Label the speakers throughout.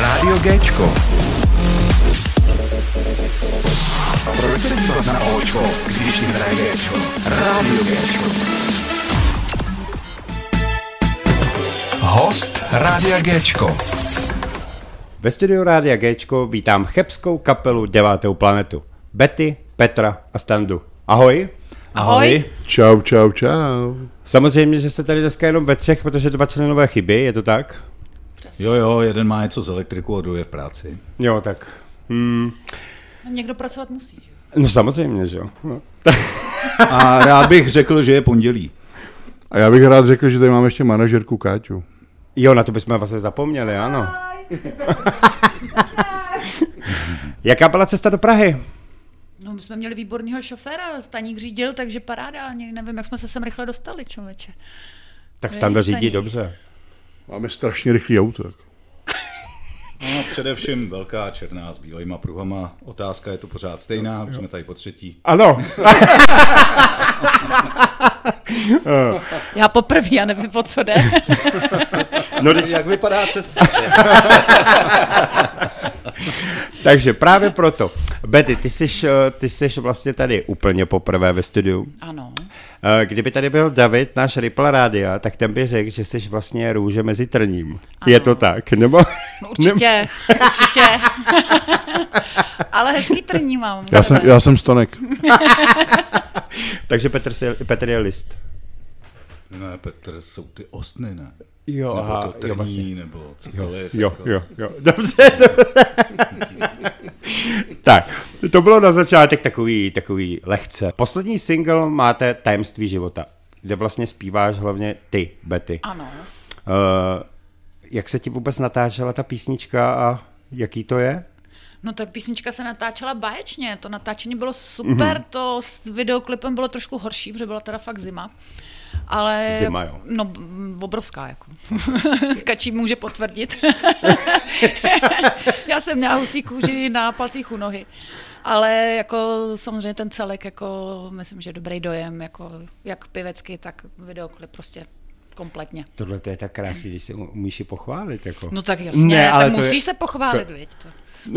Speaker 1: Rádio Géčko. Proč se dívat na Óčko, když jim hraje Géčko? Rádio Géčko. Host Rádia Géčko.
Speaker 2: Ve studiu Rádia Géčko vítám chebskou kapelu 9. planetu. Betty, Petra a Standu. Ahoj.
Speaker 3: Ahoj.
Speaker 4: Čau, čau, čau.
Speaker 2: Samozřejmě, že jste tady dneska jenom ve třech, protože 2 členové chybí, je to tak?
Speaker 3: Jo, jeden má něco z elektriku a druhý je v práci.
Speaker 2: Jo, tak.
Speaker 5: Někdo pracovat musí, že?
Speaker 2: No samozřejmě, že jo. No.
Speaker 3: A rád bych řekl, že je pondělí.
Speaker 4: A já bych rád řekl, že tady máme ještě manažerku Káťu.
Speaker 2: Jo, na to bychom vlastně zapomněli, ano. Jaká byla cesta do Prahy?
Speaker 5: No, my jsme měli výborného šoféra, Staník řídil, takže paráda, nevím, jak jsme se sem rychle dostali, člověče.
Speaker 2: Tak Standa řídí dobře.
Speaker 4: Máme strašně rychlý auto.
Speaker 3: No, především velká černá s bílejma pruhama. Otázka je to pořád stejná, už jsme tady po třetí.
Speaker 2: Ano.
Speaker 5: Já poprvé, já nevím, po co jde.
Speaker 2: No,
Speaker 3: Jak vypadá cesta?
Speaker 2: Takže právě proto. Betty, ty jsi vlastně tady úplně poprvé ve studiu.
Speaker 5: Ano.
Speaker 2: Kdyby tady byl David, náš Ripple Rádia, tak ten by řekl, že jsi vlastně růže mezi trním.
Speaker 5: Ano.
Speaker 2: Je to tak, nebo?
Speaker 5: Určitě. Ale hezký trní mám.
Speaker 4: Já jsem Stonek.
Speaker 2: Takže Petr je list.
Speaker 3: Ne, Petr, jsou ty ostny, ne?
Speaker 2: Jo,
Speaker 3: nebo to trní,
Speaker 2: vlastně.
Speaker 3: nebo cokoliv.
Speaker 2: Jo. Dobře. Tak, to bylo na začátek takový lehce. Poslední single máte Tajemství života, kde vlastně zpíváš hlavně ty, Betty.
Speaker 5: Ano.
Speaker 2: Jak se ti vůbec natáčela ta písnička a jaký to je?
Speaker 5: No tak písnička se natáčela báječně, to natáčení bylo super, to s videoklipem bylo trošku horší, protože byla teda fakt zima. Ale,
Speaker 2: Zima, jo.
Speaker 5: No, obrovská, jako. Kačí může potvrdit. Já jsem měla husí kůži na palcích u nohy. Ale jako samozřejmě ten celek, jako myslím, že dobrý dojem, jako jak pěvecky, tak videoklip prostě kompletně.
Speaker 2: Tohle to je tak krásný, když si umíš i pochválit. Jako.
Speaker 5: No tak jasně,
Speaker 2: Ne, ale
Speaker 5: tak musíš se pochválit, viď to.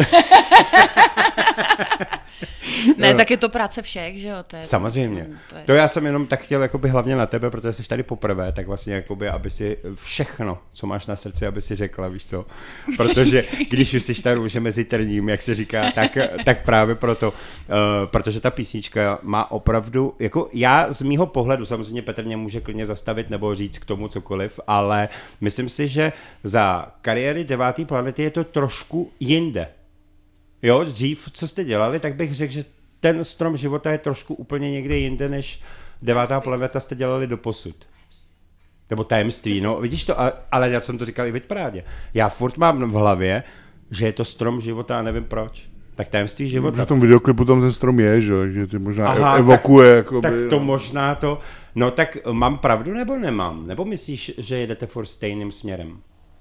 Speaker 5: Ne, tak je to práce všech, že jo?
Speaker 2: Samozřejmě.
Speaker 5: To je...
Speaker 2: To já jsem jenom tak chtěl jakoby hlavně na tebe, protože jsi tady poprvé, tak vlastně jakoby, aby si všechno, co máš na srdci, aby si řekla, víš co? Protože když už jsi ta růže mezi trním, jak se říká, tak právě proto, protože ta písnička má opravdu, jako já z mýho pohledu, samozřejmě Petr mě může klidně zastavit nebo říct k tomu cokoliv, ale myslím si, že za kariéry 9. planety je to trošku jinde. Jo, dřív, co jste dělali, tak bych řekl, že ten strom života je trošku úplně někde jinde, než 9. planeta jste dělali doposud. Nebo tajemství, no vidíš to, ale já jsem to říkal i v Hitparádě. Já furt mám v hlavě, že je to strom života a nevím proč. Tak tajemství života.
Speaker 4: V tom videoklipu tam ten strom je, že ty možná evokuje.
Speaker 2: Tak to možná to, no tak mám pravdu nebo nemám? Nebo myslíš, že jedete furt stejným směrem?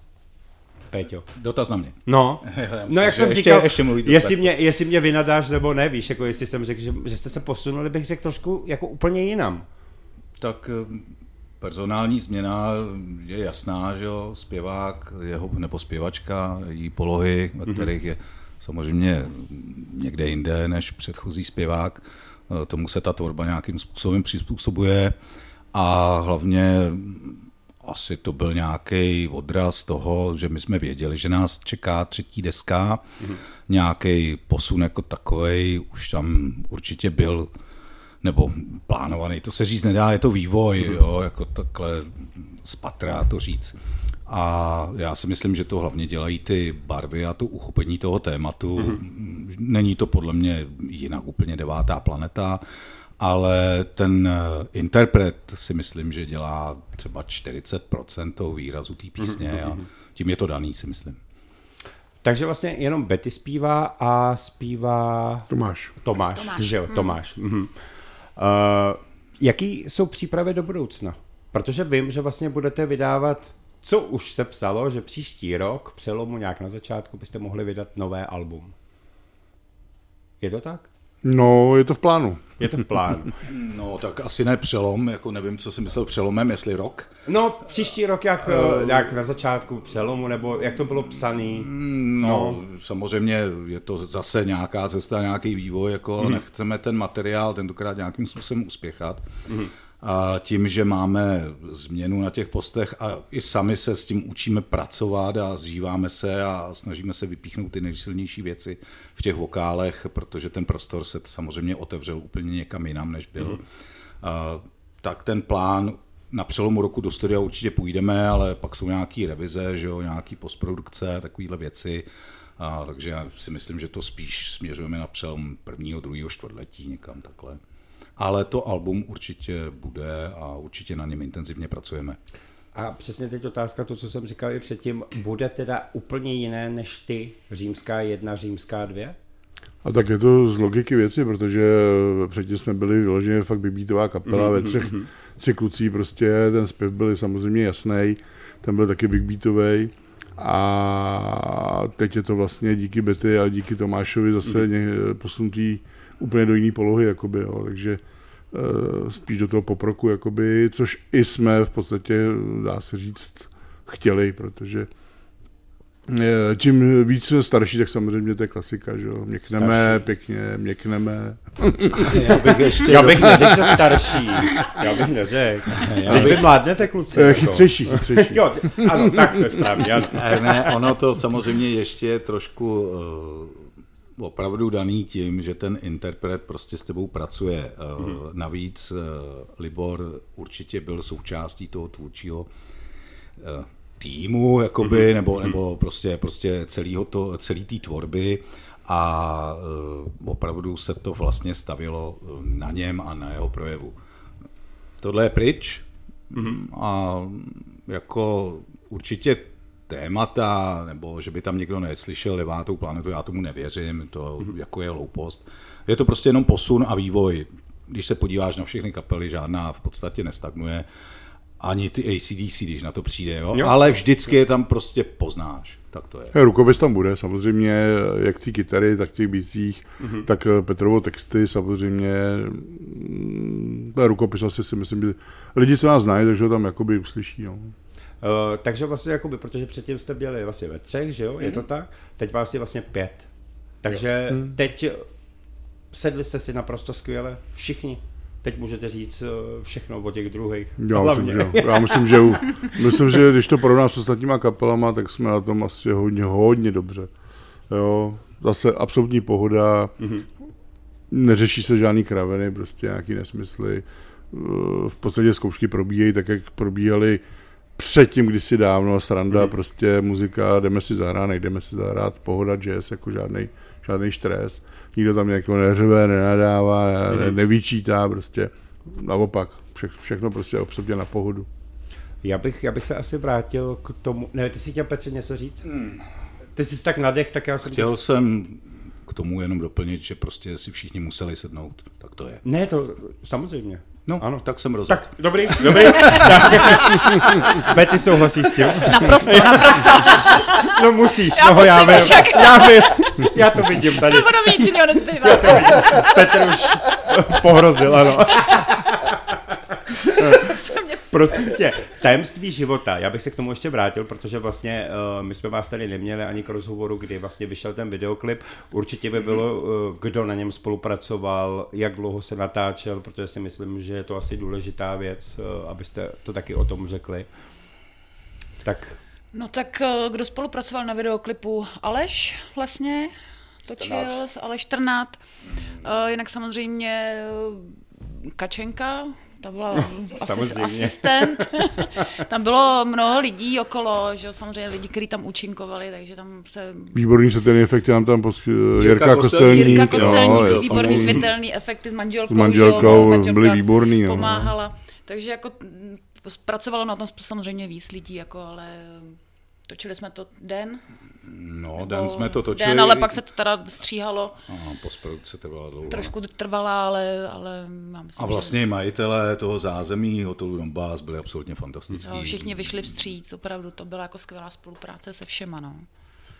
Speaker 2: Péťo.
Speaker 3: Dotaz na mě.
Speaker 2: No,
Speaker 3: myslím,
Speaker 2: jak jsem říkal,
Speaker 3: ještě
Speaker 2: jestli mě vynadáš nebo ne, víš, jako jestli jsem řekl, že jste se posunuli, bych řekl trošku jako úplně jinam.
Speaker 3: Tak personální změna je jasná, že jo, zpěvák nebo zpěvačka, její polohy, ve kterých je samozřejmě někde jinde než předchozí zpěvák, tomu se ta tvorba nějakým způsobem přizpůsobuje a hlavně asi to byl nějaký odraz toho, že my jsme věděli, že nás čeká 3. deska, nějaký posun jako takovej už tam určitě byl, nebo plánovaný, to se říct nedá, je to vývoj, jo, jako takhle z patra to říct. A já si myslím, že to hlavně dělají ty barvy a to uchopení toho tématu. Není to podle mě jinak úplně 9. planeta, ale ten interpret si myslím, že dělá třeba 40% toho výrazu té písně a tím je to daný, si myslím.
Speaker 2: Takže vlastně jenom Betty zpívá a zpívá... Tomáš. Že jo, Tomáš. Jaký jsou přípravy do budoucna? Protože vím, že vlastně budete vydávat, co už se psalo, že příští rok, přelomu nějak na začátku, byste mohli vydat nové album. Je to tak?
Speaker 4: No, je to v plánu.
Speaker 2: Je to v plánu.
Speaker 3: No, tak asi ne přelom, jako nevím, co si myslel přelomem, jestli rok.
Speaker 2: No, příští rok jak na začátku přelomu, nebo jak to bylo psaný?
Speaker 3: No, samozřejmě je to zase nějaká cesta, nějaký vývoj, jako nechceme ten materiál tentokrát nějakým způsobem uspěchat. A tím, že máme změnu na těch postech a i sami se s tím učíme pracovat a zžíváme se a snažíme se vypíchnout ty nejsilnější věci v těch vokálech, protože ten prostor se samozřejmě otevřel úplně někam jinam, než byl. Tak ten plán na přelomu roku do studia určitě půjdeme, ale pak jsou nějaké revize, že jo, nějaké postprodukce, takovéhle věci. Takže já si myslím, že to spíš směřujeme na přelom prvního, druhého čtvrtletí někam takhle. Ale to album určitě bude a určitě na něm intenzivně pracujeme.
Speaker 2: A přesně teď otázka, to, co jsem říkal i předtím, bude teda úplně jiné než ty římská 1, římská 2?
Speaker 4: A tak je to z logiky věci, protože předtím jsme byli vyloženě fakt bigbeatová kapela ve tři kluci, prostě ten zpěv byl samozřejmě jasný, ten byl taky bigbeatovej a teď je to vlastně díky Betty a díky Tomášovi zase posunutý úplně do jiné polohy, jakoby, jo, takže spíš do toho poproku, jakoby, což i jsme v podstatě, dá se říct, chtěli, protože čím víc jsme starší, tak samozřejmě to je klasika, že jo, měkneme, pěkně, měkneme.
Speaker 2: Já bych neřekl, že starší, já bych neřekl. Když vy mládnete, kluci.
Speaker 4: Chytřejší.
Speaker 2: Jo, ano, tak to je správně, ano.
Speaker 3: Ne, ono to samozřejmě ještě je trošku opravdu daný tím, že ten interpret prostě s tebou pracuje. Navíc Libor určitě byl součástí toho tvůrčího týmu, jakoby, nebo prostě celý té tvorby a opravdu se to vlastně stavilo na něm a na jeho projevu. Tohle je pryč a jako určitě témata, nebo že by tam někdo neslyšel 9. planetu, já tomu nevěřím, to jako je hloupost. Je to prostě jenom posun a vývoj. Když se podíváš na všechny kapely, žádná v podstatě nestagnuje, ani ty AC/DC, když na to přijde, jo? Ale vždycky je tam prostě poznáš, tak to je.
Speaker 4: Rukopis tam bude, samozřejmě, jak ty kytary, tak těch bících, tak Petrovo texty, samozřejmě, rukopis asi si myslím, že lidi, co nás znají, takže ho tam jakoby uslyší, no.
Speaker 2: Takže vlastně jakoby, protože předtím jste byli vlastně ve 3, že jo, je to tak? Teď vás je vlastně 5. Takže teď sedli jste si naprosto skvěle, všichni. Teď můžete říct všechno o těch druhých.
Speaker 4: Já myslím, že když to porovnám s ostatníma kapelama, tak jsme na tom asi hodně dobře. Jo, zase absolutní pohoda, neřeší se žádný kraveny, prostě nějaký nesmysly. V podstatě zkoušky probíhají tak, jak probíhaly předtím kdysi dávno, sranda, prostě muzika, jdeme si zahrát, pohoda, jazz, jako žádný stres. Nikdo tam jako neřve, nenadává, nevyčítá, prostě naopak, všechno prostě absolutně na pohodu.
Speaker 2: Já bych se asi vrátil k tomu, ne, ty jsi chtěl, Petře, něco říct? Ty jsi tak nadech, tak já jsem...
Speaker 3: Chtěl jsem k tomu jenom doplnit, že prostě si všichni museli sednout, tak to je.
Speaker 2: Ne, to samozřejmě.
Speaker 3: No,
Speaker 2: ano.
Speaker 3: tak jsem rozhodl.
Speaker 2: Tak, dobrý. Betty souhlasí s tím?
Speaker 5: Naprosto.
Speaker 2: No musíš,
Speaker 5: Já
Speaker 2: vím. Já to vidím tady.
Speaker 5: No, ono nic jiného nezbývá.
Speaker 2: Petr už pohrozil, ano. Prosím tě, tajemství života, já bych se k tomu ještě vrátil, protože vlastně my jsme vás tady neměli ani k rozhovoru, kdy vlastně vyšel ten videoklip. Určitě by bylo, kdo na něm spolupracoval, jak dlouho se natáčel, protože si myslím, že je to asi důležitá věc, abyste to taky o tom řekli. Tak.
Speaker 5: No tak kdo spolupracoval na videoklipu? Aleš vlastně točil, Aleš Trnát. Jinak samozřejmě Kačenka, ta byla asistent. Tam bylo mnoho lidí okolo, že samozřejmě lidi, kteří tam účinkovali, takže tam se...
Speaker 4: Výborný světelný efekty nám tam Jirka Kostelník,
Speaker 5: výborný světelný efekty s manželkou.
Speaker 4: Manželkou byly výborný.
Speaker 5: Pomáhala. Takže jako pracovalo na tom samozřejmě víc lidí, jako, ale točili jsme to den.
Speaker 3: No, den jsme to točili.
Speaker 5: Den, ale pak se to teda stříhalo.
Speaker 3: Postprodukce trvala dlouho.
Speaker 5: Trošku trvala, ale já myslím,
Speaker 3: a vlastně že... majitelé toho zázemí hotelu Donbass byli absolutně fantastický.
Speaker 5: Všichni vyšli vstříc, opravdu to byla jako skvělá spolupráce se všema, no.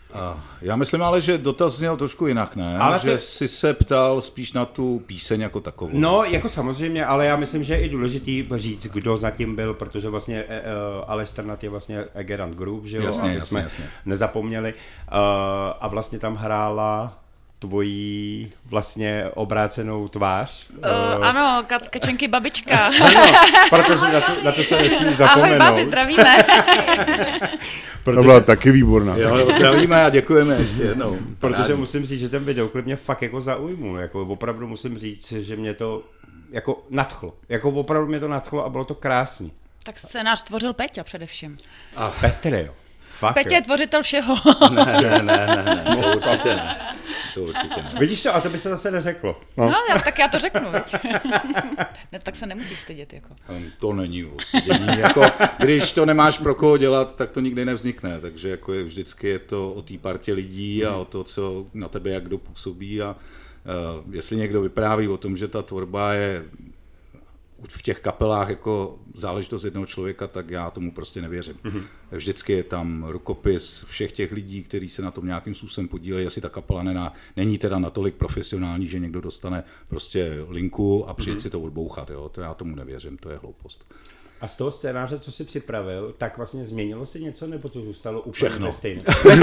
Speaker 3: Já myslím ale, že dotaz zněl trošku jinak, ne?
Speaker 2: Ale
Speaker 3: že jsi se ptal spíš na tu píseň jako takovou.
Speaker 2: No, jako samozřejmě, ale já myslím, že je i důležitý říct, kdo zatím byl, protože vlastně Aleš Strnad je vlastně Egerant Group, že jo?
Speaker 3: Jasně,
Speaker 2: jsme nezapomněli. A vlastně tam hrála tvojí vlastně obrácenou tvář.
Speaker 5: Ano, Kačenky babička.
Speaker 2: Ano, protože na to se nesmí zapomenout.
Speaker 5: Ahoj, babi, zdravíme.
Speaker 4: To byla taky výborná.
Speaker 3: Jo, zdravíme a děkujeme ještě jednou.
Speaker 2: Protože musím říct, že ten videoklip mě fakt jako zaujmul. Jako opravdu musím říct, že mě to jako nadchlo. Jako opravdu mě to nadchlo a bylo to krásný.
Speaker 5: Tak scénář tvořil Peťa především.
Speaker 2: A Petr, jo. Fakt,
Speaker 5: Peťa je tvořitel všeho.
Speaker 3: Ne, to určitě ne.
Speaker 2: Vidíš to, a to by se zase neřeklo.
Speaker 5: No, tak já to řeknu, viď? Ne, tak se nemusíš stydět, jako.
Speaker 3: To není ostudění. Jako, když to nemáš pro koho dělat, tak to nikdy nevznikne. Takže jako vždycky je to o té partě lidí a o to, co na tebe jak kdo působí. A jestli někdo vypráví o tom, že ta tvorba je v těch kapelách jako záležitost jednoho člověka, tak já tomu prostě nevěřím. Vždycky je tam rukopis všech těch lidí, kteří se na tom nějakým způsobem podílejí, asi ta kapela není teda natolik profesionální, že někdo dostane prostě linku a přijde si to odbouchat. Jo? To já tomu nevěřím, to je hloupost.
Speaker 2: A z toho scénáře, co jsi připravil, tak vlastně změnilo se něco, nebo to zůstalo úplně
Speaker 3: všechno
Speaker 2: stejné?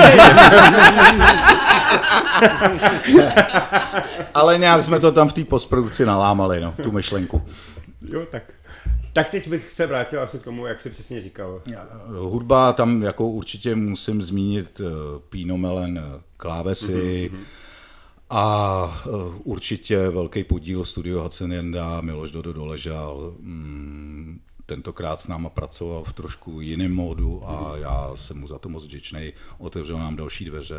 Speaker 3: Ale nějak jsme to tam v té postprodukci nalámali, no, tu myšlenku.
Speaker 2: Jo, tak teď bych se vrátil asi k tomu, jak jsi přesně říkal.
Speaker 3: Hudba, tam jako určitě musím zmínit Pino Melen klávesy a určitě velký podíl Studio Hacienda, Miloš Dodo Doležal. Tentokrát s náma pracoval v trošku jiném módu a já jsem mu za to moc vděčnej. Otevřel nám další dveře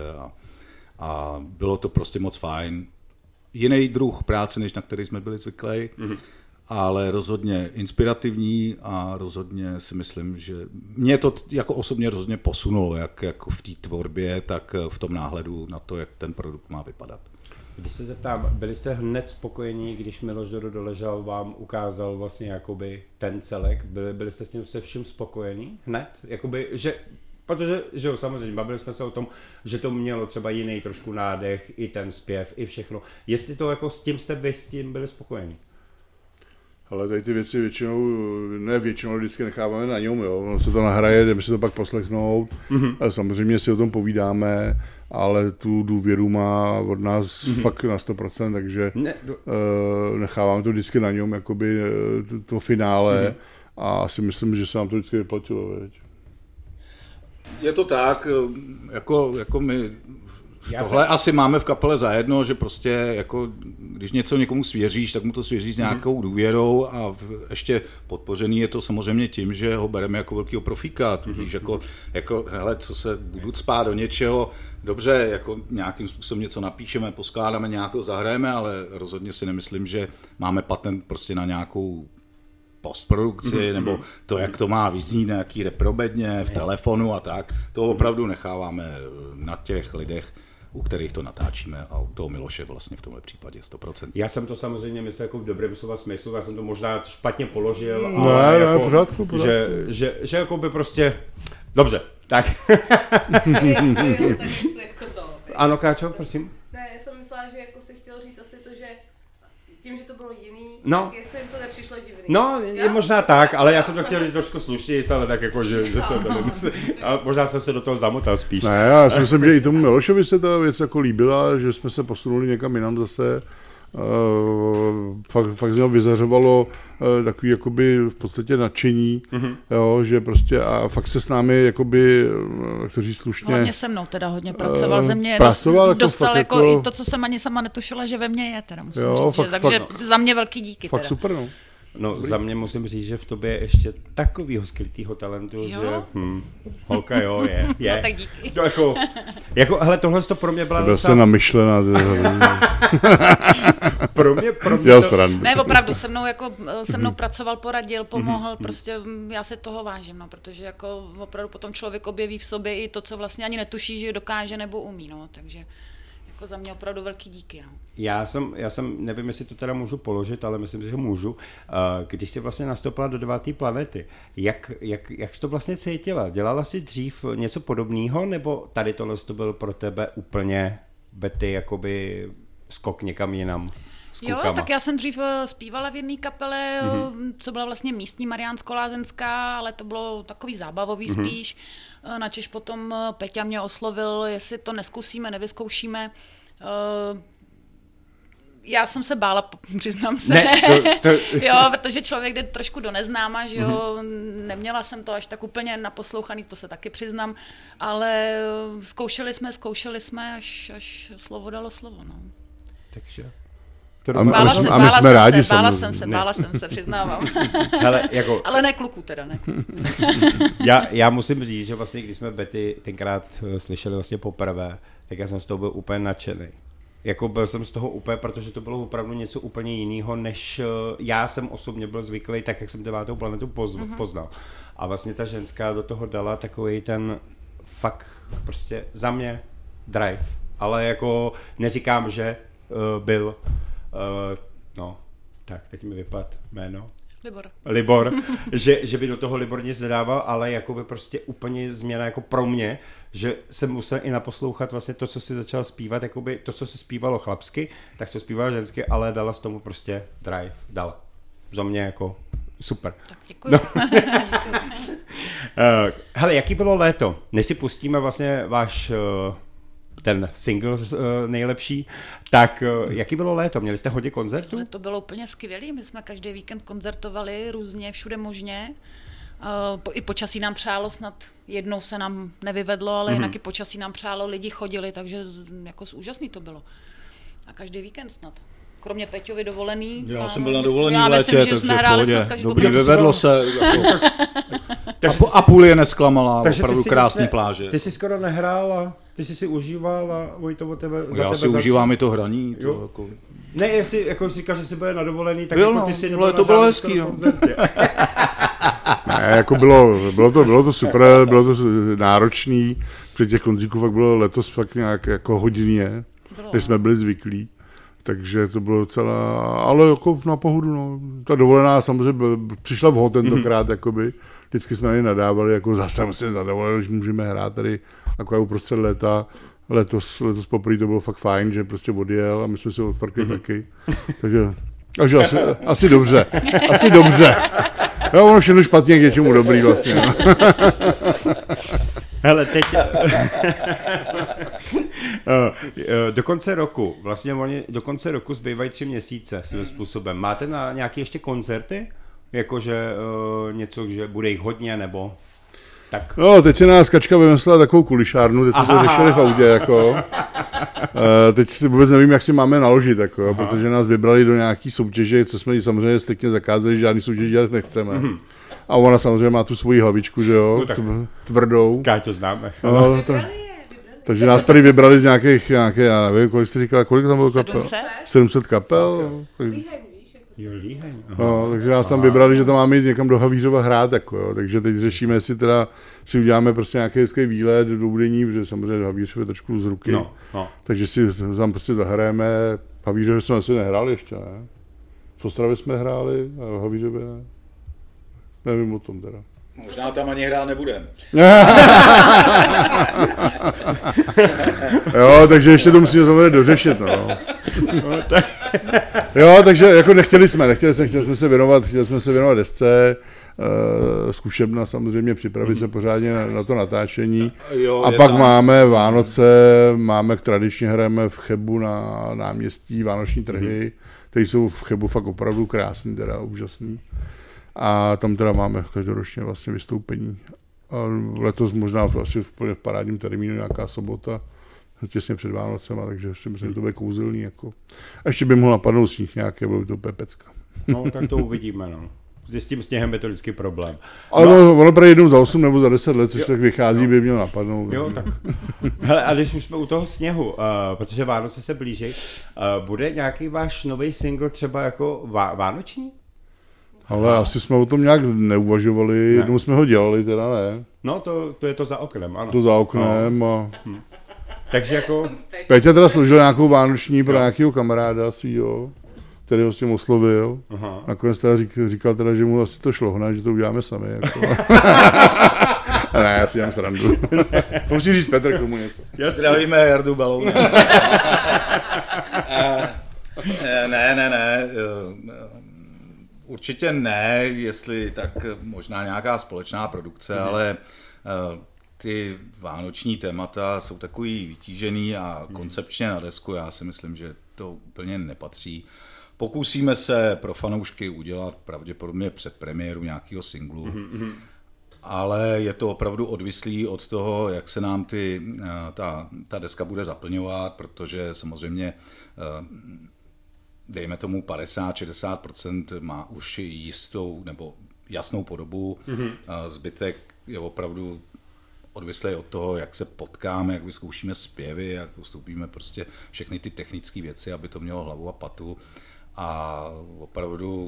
Speaker 3: a bylo to prostě moc fajn. Jiný druh práce, než na který jsme byli zvyklí, ale rozhodně inspirativní a rozhodně si myslím, že mě to jako osobně rozhodně posunulo, jak v té tvorbě, tak v tom náhledu na to, jak ten produkt má vypadat.
Speaker 2: Když se zeptám, byli jste hned spokojení, když Miloš Dodo Doležal vám ukázal vlastně jakoby ten celek? Byli jste s tím se vším spokojení hned? Jakoby, protože, že jo, samozřejmě, bavili jsme se o tom, že to mělo třeba jiný trošku nádech, i ten zpěv, i všechno. Jestli to jako s tím byli spokojení?
Speaker 4: Ale tady ty věci většinou vždycky necháváme na něm, jo. Ono se to nahraje, jdeme si to pak poslechnout. A samozřejmě si o tom povídáme, ale tu důvěru má od nás fakt na 100%, takže necháváme to vždycky na něm, jakoby to finále a si myslím, že se nám to vždycky vyplatilo, veď.
Speaker 3: Je to tak, jako my tohle asi máme v kapele zajedno, že prostě jako, když něco někomu svěříš, tak mu to svěříš s nějakou důvěrou a ještě podpořený je to samozřejmě tím, že ho bereme jako velkýho profíka, tudíž jako hele, co se budu cpát do něčeho, dobře, jako nějakým způsobem něco napíšeme, poskládáme, nějak to zahrajeme, ale rozhodně si nemyslím, že máme patent prostě na nějakou postprodukci, nebo to, jak to má vyznít na jaký reprobedně, v telefonu a tak, to opravdu necháváme na těch lidech, u kterých to natáčíme a u toho Miloše vlastně v tomhle případě 100%.
Speaker 2: Já jsem to samozřejmě myslel jako v dobrém slova smyslu, já jsem to možná špatně položil,
Speaker 4: ale
Speaker 2: jako,
Speaker 4: pořádku.
Speaker 2: Že jako by prostě, dobře, tak. Ano, Káčo, prosím.
Speaker 6: Ne, já jsem myslela, že jako si chtěl říct asi to, že tím, že to bylo jiný, tak jestli jim to nepřišlo divný.
Speaker 2: No, je možná tak, ale já jsem to chtěl říct trošku slušněji, ale tak jako, že se to nemyslí. A možná jsem se do toho zamotal spíš.
Speaker 4: Ne, já si myslím, že i tomu Milošovi se ta věc jako líbila, že jsme se posunuli někam jinam zase. Fakt z něho vyzařovalo takový jakoby v podstatě nadšení, jo, že prostě a fakt se s námi jakoby, jak to říct slušně.
Speaker 5: Hlavně se mnou teda hodně pracoval, ze mě dostal jako i to, co jsem ani sama netušila, že ve mně je, teda musím říct, takže za mě velký díky.
Speaker 4: Fakt
Speaker 5: teda.
Speaker 4: super, no.
Speaker 2: No, za mě musím říct, že v tobě je ještě takovýho skrytýho talentu,
Speaker 5: jo?
Speaker 2: že holka jo, je.
Speaker 5: No, tak díky.
Speaker 2: To jako, hele, tohle to pro mě byla
Speaker 4: Byl jsem namyšlená.
Speaker 2: pro mě
Speaker 4: to...
Speaker 5: Ne, opravdu, se mnou pracoval, poradil, pomohl, prostě já se toho vážím, no, protože jako opravdu potom člověk objeví v sobě i to, co vlastně ani netuší, že dokáže nebo umí, no, takže jako za mě opravdu velký díky. No.
Speaker 2: Já jsem, nevím, jestli to teda můžu položit, ale myslím, že můžu. Když jsi vlastně nastoupila do 9. planety, jak jsi to vlastně cítila? Dělala jsi dřív něco podobného, nebo tady tohle to byl pro tebe úplně Betty jakoby skok někam jinam?
Speaker 5: Jo, tak já jsem dřív zpívala v jedné kapele, co byla vlastně místní mariánsko-lázeňská, ale to bylo takový zábavový spíš. Načež potom Peťa mě oslovil, jestli to neskusíme, nevyzkoušíme. Já jsem se bála, přiznám se. Ne, jo, protože člověk jde trošku do neznáma, že jo, neměla jsem to až tak úplně naposlouchaný, to se taky přiznám, ale zkoušeli jsme, až slovo dalo slovo, no.
Speaker 2: Takže...
Speaker 5: Bála jsem se, přiznávám.
Speaker 2: Hele, jako...
Speaker 5: Ale ne kluku teda, ne.
Speaker 2: já musím říct, že vlastně, když jsme Betty tenkrát slyšeli vlastně poprvé, tak já jsem z toho byl úplně nadšený. Jako byl jsem z toho úplně, protože to bylo opravdu něco úplně jiného, než já jsem osobně byl zvyklý, tak jak jsem 9. planetu poznal. A vlastně ta ženská do toho dala takový ten fakt prostě za mě drive. Ale jako neříkám, že byl no, tak teď mi vypadl jméno. Libor, že by do toho Libor nic nedával, ale jako by prostě úplně změna jako pro mě, že jsem musel i naposlouchat vlastně to, co si začal zpívat, jakoby to, co se zpívalo chlapsky, tak to zpívalo žensky, ale dala z tomu prostě drive, dala. Za mě jako super.
Speaker 5: Tak děkuji. No.
Speaker 2: Hele, jaký bylo léto? Než si pustíme vlastně váš ten single nejlepší, tak jaký bylo léto? Měli jste hodně koncertů?
Speaker 5: To bylo úplně skvělý, my jsme každý víkend koncertovali různě, všude možně. I počasí nám přálo, snad jednou se nám nevyvedlo, ale jinak i počasí nám přálo, lidi chodili, takže jako úžasný to bylo. A každý víkend snad. Kromě Peťovi dovolený.
Speaker 3: Já jsem byl na dovolený v létě, takže
Speaker 5: jsme hráli snad každý
Speaker 3: dobrý, vyvedlo se. A půl je nesklamala, opravdu krásný pláže.
Speaker 2: Ty jsi skoro nehrála, ty jsi si užíval a oni to od tebe za
Speaker 3: já
Speaker 2: tebe
Speaker 3: si užívám i to hraní. To jako...
Speaker 2: Ne, jestli jako říkáš, že jsi byl na dovolený, tak
Speaker 3: byl,
Speaker 2: jako
Speaker 3: no,
Speaker 2: ty si
Speaker 3: nebyl to bylo hezký. No.
Speaker 4: Ne, jako bylo to super, bylo to náročný, protože těch koncertů fakt bylo letos fakt nějak jako hodně, než jsme byli zvyklí. Takže to bylo docela, ale jako na pohodu, no. Ta dovolená samozřejmě přišla vhod tentokrát, jakoby. Vždycky jsme na ně nadávali, jako zase musíme zadovolenou, že můžeme hrát tady jako uprostřed léta. Letos poprvé to bylo fakt fajn, že prostě odjel a my jsme se odfrkli taky. Takže asi dobře. Jo, ono všechno špatně k něčemu dobrý vlastně. No.
Speaker 2: Hele, teď do konce roku, vlastně do konce roku zbývají 3 měsíce svým způsobem. Máte na nějaké ještě koncerty? Jakože něco, že bude jich hodně, nebo tak?
Speaker 4: No, teď si nás Kačka vymyslela takovou kulišárnu, teď jsme to řešili v autě, jako. Teď si vůbec nevím, jak si máme naložit, jako, protože nás vybrali do nějaký soutěže, co jsme jí samozřejmě striktně zakázali, že žádný soutěž dělat nechceme. A ona samozřejmě má tu svoji hlavičku, že jo, no tvrdou.
Speaker 2: Káťo známe.
Speaker 4: No, takže nás tady vybrali z nějaké, já nevím, kolik jsi říkala, kolik tam bylo kapel? 700 kapel.
Speaker 2: Líheň.
Speaker 4: No, takže nás tam vybrali, že tam máme jít někam do Havířova hrát, jako, jo. Takže teď řešíme, jestli teda si uděláme prostě nějaký hezký výlet do Udení, protože samozřejmě do Havířov je trošku z ruky. No. Takže si tam prostě zahrajeme. Havířově jsme asi nehráli ještě, ne? V Ostravě jsme hráli, a v Havířově ne. Nevím o tom teda.
Speaker 3: Možná tam ani hrát nebudeme.
Speaker 4: Jo, takže ještě to musíme samozřejmě dořešit, no. Jo, takže jako nechtěli jsme se věnovat desce, zkušebna samozřejmě připravit se pořádně na to natáčení.
Speaker 3: Jo,
Speaker 4: a pak máme Vánoce, tradičně hrajeme v Chebu na náměstí Vánoční trhy, které jsou v Chebu fakt opravdu krásný, teda úžasný. A tam teda máme každoročně vlastně vystoupení. A letos možná asi v parádním termínu nějaká sobota, těsně před Vánocema, takže si myslím, že to bude kouzelný. Jako. A ještě by mohl napadnout sníh nějaké, bylo by to pecka.
Speaker 2: No, tak to uvidíme, no. S tím sněhem je to vždycky problém.
Speaker 4: Ale ono pro jednou za 8 nebo za 10 let, což tak vychází, by měl napadnout.
Speaker 2: Jo, tak. Hele, a když už jsme u toho sněhu, protože Vánoce se blíží, bude nějaký váš nový single třeba jako vánoční?
Speaker 4: Ale asi jsme o tom nějak neuvažovali, jednou jsme ho dělali, teda ne.
Speaker 2: No, to je to za oknem, ano.
Speaker 4: To za oknem
Speaker 2: Takže jako...
Speaker 4: Peťa teda složil nějakou vánoční pro nějakého kamaráda svýho, který ho s tím oslovil. Aha. Nakonec teda říkal teda, že mu asi to šlo, že to uděláme sami. Jako. Ne, já si dělám srandu. Musím říct Petr k tomu něco.
Speaker 3: Zdravíme Jardu Balou. Ne. Určitě ne, jestli tak možná nějaká společná produkce, ale ty vánoční témata jsou takový vytížený a koncepčně na desku já si myslím, že to úplně nepatří. Pokusíme se pro fanoušky udělat pravděpodobně předpremiéru nějakého singlu, ale je to opravdu odvislý od toho, jak se nám ta deska bude zaplňovat, protože samozřejmě dejme tomu 50-60% má už jistou nebo jasnou podobu, zbytek je opravdu odvislý od toho, jak se potkáme, jak vyzkoušíme zpěvy, jak postupíme prostě všechny ty technické věci, aby to mělo hlavu a patu. A opravdu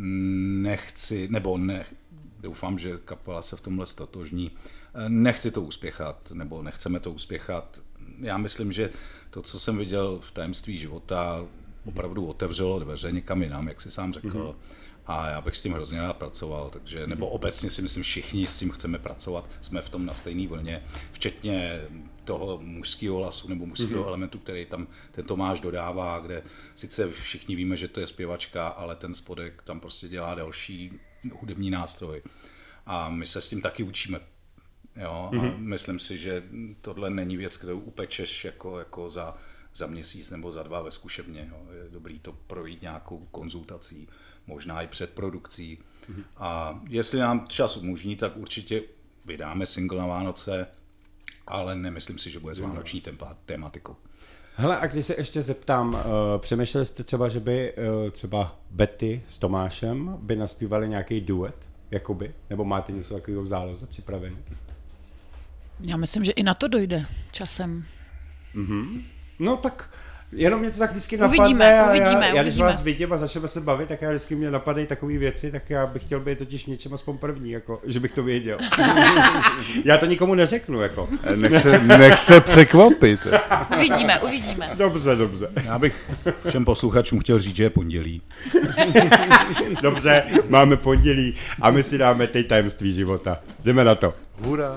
Speaker 3: doufám, že kapela se v tomhle stotožní, nechci to uspěchat, nebo nechceme to uspěchat. Já myslím, že to, co jsem viděl v Tajemství života, opravdu otevřelo dveře někam jinam, jak si sám řekl. A já bych s tím hrozně rád pracoval, takže, nebo obecně si myslím, všichni s tím chceme pracovat, jsme v tom na stejné vlně, včetně toho mužského hlasu nebo mužského elementu, který tam ten Tomáš dodává, kde sice všichni víme, že to je zpěvačka, ale ten spodek tam prostě dělá další hudební nástroj. A my se s tím taky učíme. Jo? A myslím si, že tohle není věc, kterou upečeš jako za měsíc nebo za 2 ve zkušebně. Jo? Je dobrý to projít nějakou konzultací, možná i před produkcí. A jestli nám čas umožní, tak určitě vydáme single na Vánoce, ale nemyslím si, že bude s vánoční tématikou.
Speaker 2: Hele, a když se ještě zeptám, přemýšleli jste třeba, že by třeba Betty s Tomášem by naspívali nějaký duet, jakoby? Nebo máte něco takového v záloze připravené?
Speaker 5: Já myslím, že i na to dojde časem.
Speaker 2: No tak jenom mě to tak vždycky napadne.
Speaker 5: Uvidíme.
Speaker 2: Já když vás vidím a začneme se bavit, tak já vždycky mě napadají takové věci, tak já bych chtěl být totiž v něčem aspoň první, jako, že bych to věděl. Já to nikomu neřeknu. Jako.
Speaker 4: Nech se překvapit.
Speaker 5: Uvidíme.
Speaker 2: Dobře.
Speaker 3: Já bych všem posluchačům chtěl říct, že je pondělí.
Speaker 2: Dobře, máme pondělí a my si dáme ty Tajemství života. Jdeme na to.
Speaker 4: Hurá.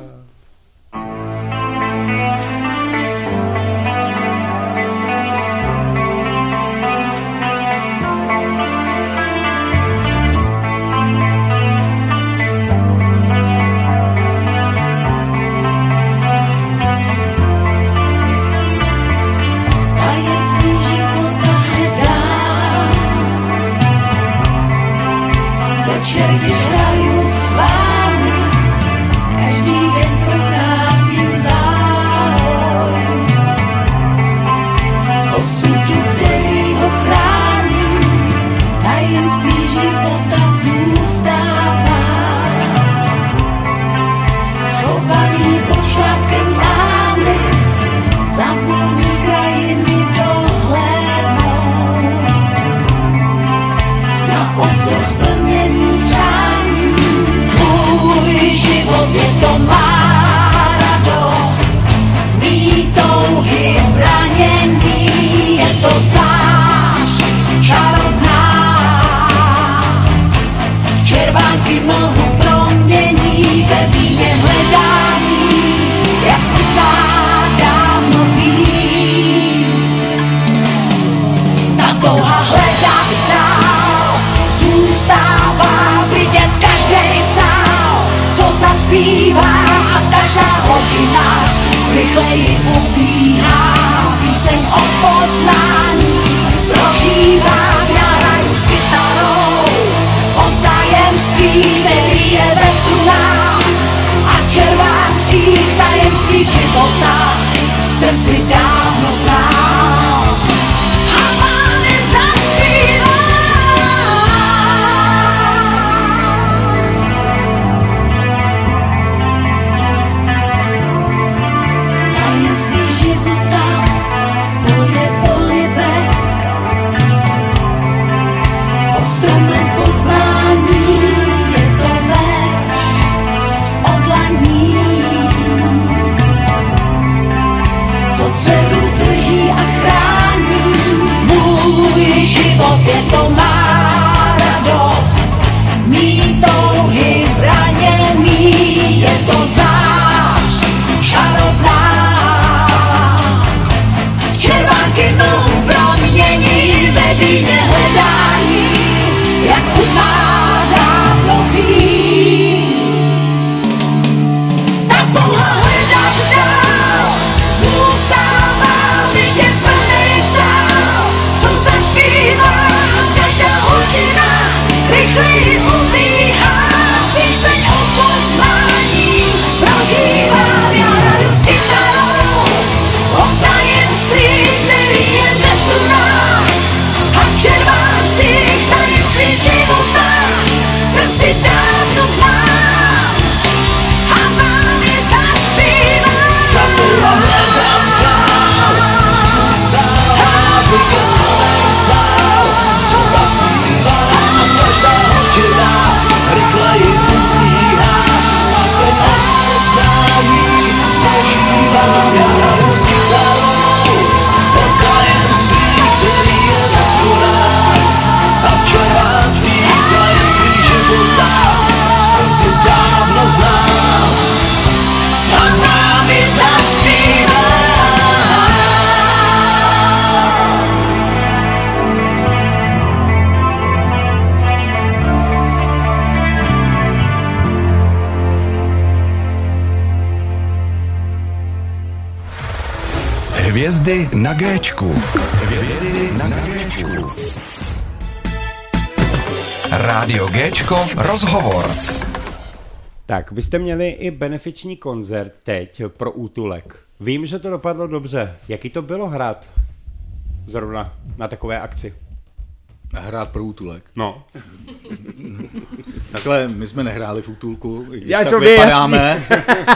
Speaker 7: Večer, když hraju s vámi, každý den procházím závoj osudu, který ho chrání, tajemství života zůstává schovaný pod šátkem dámy, za vůní krajiny dohlédnou na obzor splněný přání. Můj život je to má radost, mý touhy zraněný, je to zář čarovná, červánky mlhu promění, ve víně hledání, jak chutná dávno ví. Ta touha hledat dál zůstává vidět každej sál, co zaspívá, a každá hodina rychleji ubíhá. Píseň o poznání prožívám, já hraju s kytarou o tajemství, který je ve strunách, a v červáncích tajemství života v srdci dávno znám. A vám je zaspívám. Tajemství života, to je polibek, pod stromem poznání je to verš o dlaní. život je to má radost, mý touhy zraněný, je to zář čarovná. Červánky znovu promění ve víně hledání, jak chutná dávno ví. Ta touha hledat dál zůstává vidět plnej sál, co zaspívá každá hodina, rychleji ubíhá píseň o poznání, prožívám já hraju s kytarou o tajemství, který je nestrunná, a v červáncích tajemství života jsem si dávno znám a mám je zaspívat. Ta touha hledat dál zůstává vidět plnej sál, co zaspívá každá hodina, rychleji ubíhá píseň o poznání, prožívám já hraju s kytarou o tajemství, který je ve strunách, a v červáncích tajemství života jsem si dávno znám a mám je zaspívat.
Speaker 1: Hvězdy na Géčku. Hvězdy na Géčku. Rádio Géčko, rozhovor.
Speaker 2: Tak, vy jste měli i benefiční koncert teď pro Útulek. Vím, že to dopadlo dobře. Jaký to bylo hrát zrovna na takové akci?
Speaker 3: Hrát pro Útulek.
Speaker 2: No.
Speaker 3: Takhle, my jsme nehráli v Útulku, i když
Speaker 2: Já
Speaker 3: tak
Speaker 2: to
Speaker 3: vypadáme.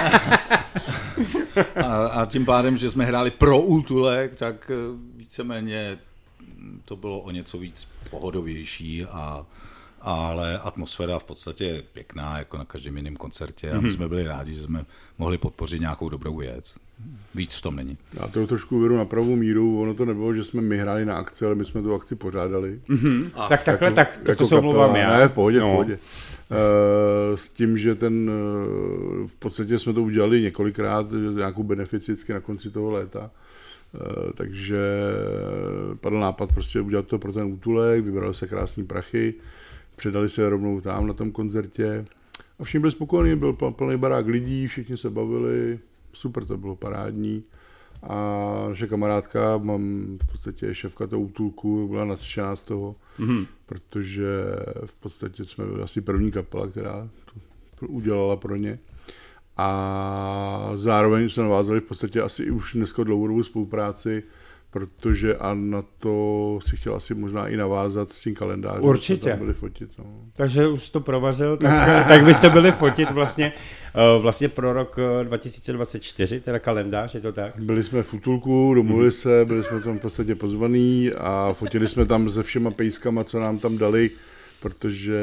Speaker 3: A tím pádem, že jsme hráli pro Útulek, tak víceméně to bylo o něco víc pohodovější, ale atmosféra v podstatě je pěkná, jako na každém jiném koncertě, a my jsme byli rádi, že jsme mohli podpořit nějakou dobrou věc. Víc v tom není.
Speaker 4: Já to trošku uvedu na pravou míru, ono to nebylo, že jsme my hráli na akci, ale my jsme tu akci pořádali.
Speaker 2: Tak takhle,
Speaker 4: jako,
Speaker 2: tak to
Speaker 4: jako
Speaker 2: se omlouvám já.
Speaker 4: Ne, v pohodě, v pohodě. S tím, že v podstatě jsme to udělali několikrát, nějakou benefici vždycky na konci toho léta. Takže padl nápad prostě udělat to pro ten Útulek, vybrali se krásný prachy, předali se rovnou tam na tom koncertě a všichni byli spokojení, byl plný barák lidí, všichni se bavili, super, to bylo parádní. A naše kamarádka, mám v podstatě šéfka toho Útulku, byla nadšená z toho, protože v podstatě jsme byli asi první kapela, která to udělala pro ně. A zároveň se navázali v podstatě asi už dneska dlouhodobou spolupráci, protože a na to si chtěl asi možná i navázat s tím kalendářem.
Speaker 2: Určitě.
Speaker 4: Tam byli fotit, no.
Speaker 2: Takže už to provařil, tak byste byli fotit vlastně pro rok 2024, teda kalendář, je to tak?
Speaker 4: Byli jsme v Útulku, domluvili se, byli jsme tam v podstatě pozvaný a fotili jsme tam se všema pejskama, co nám tam dali, protože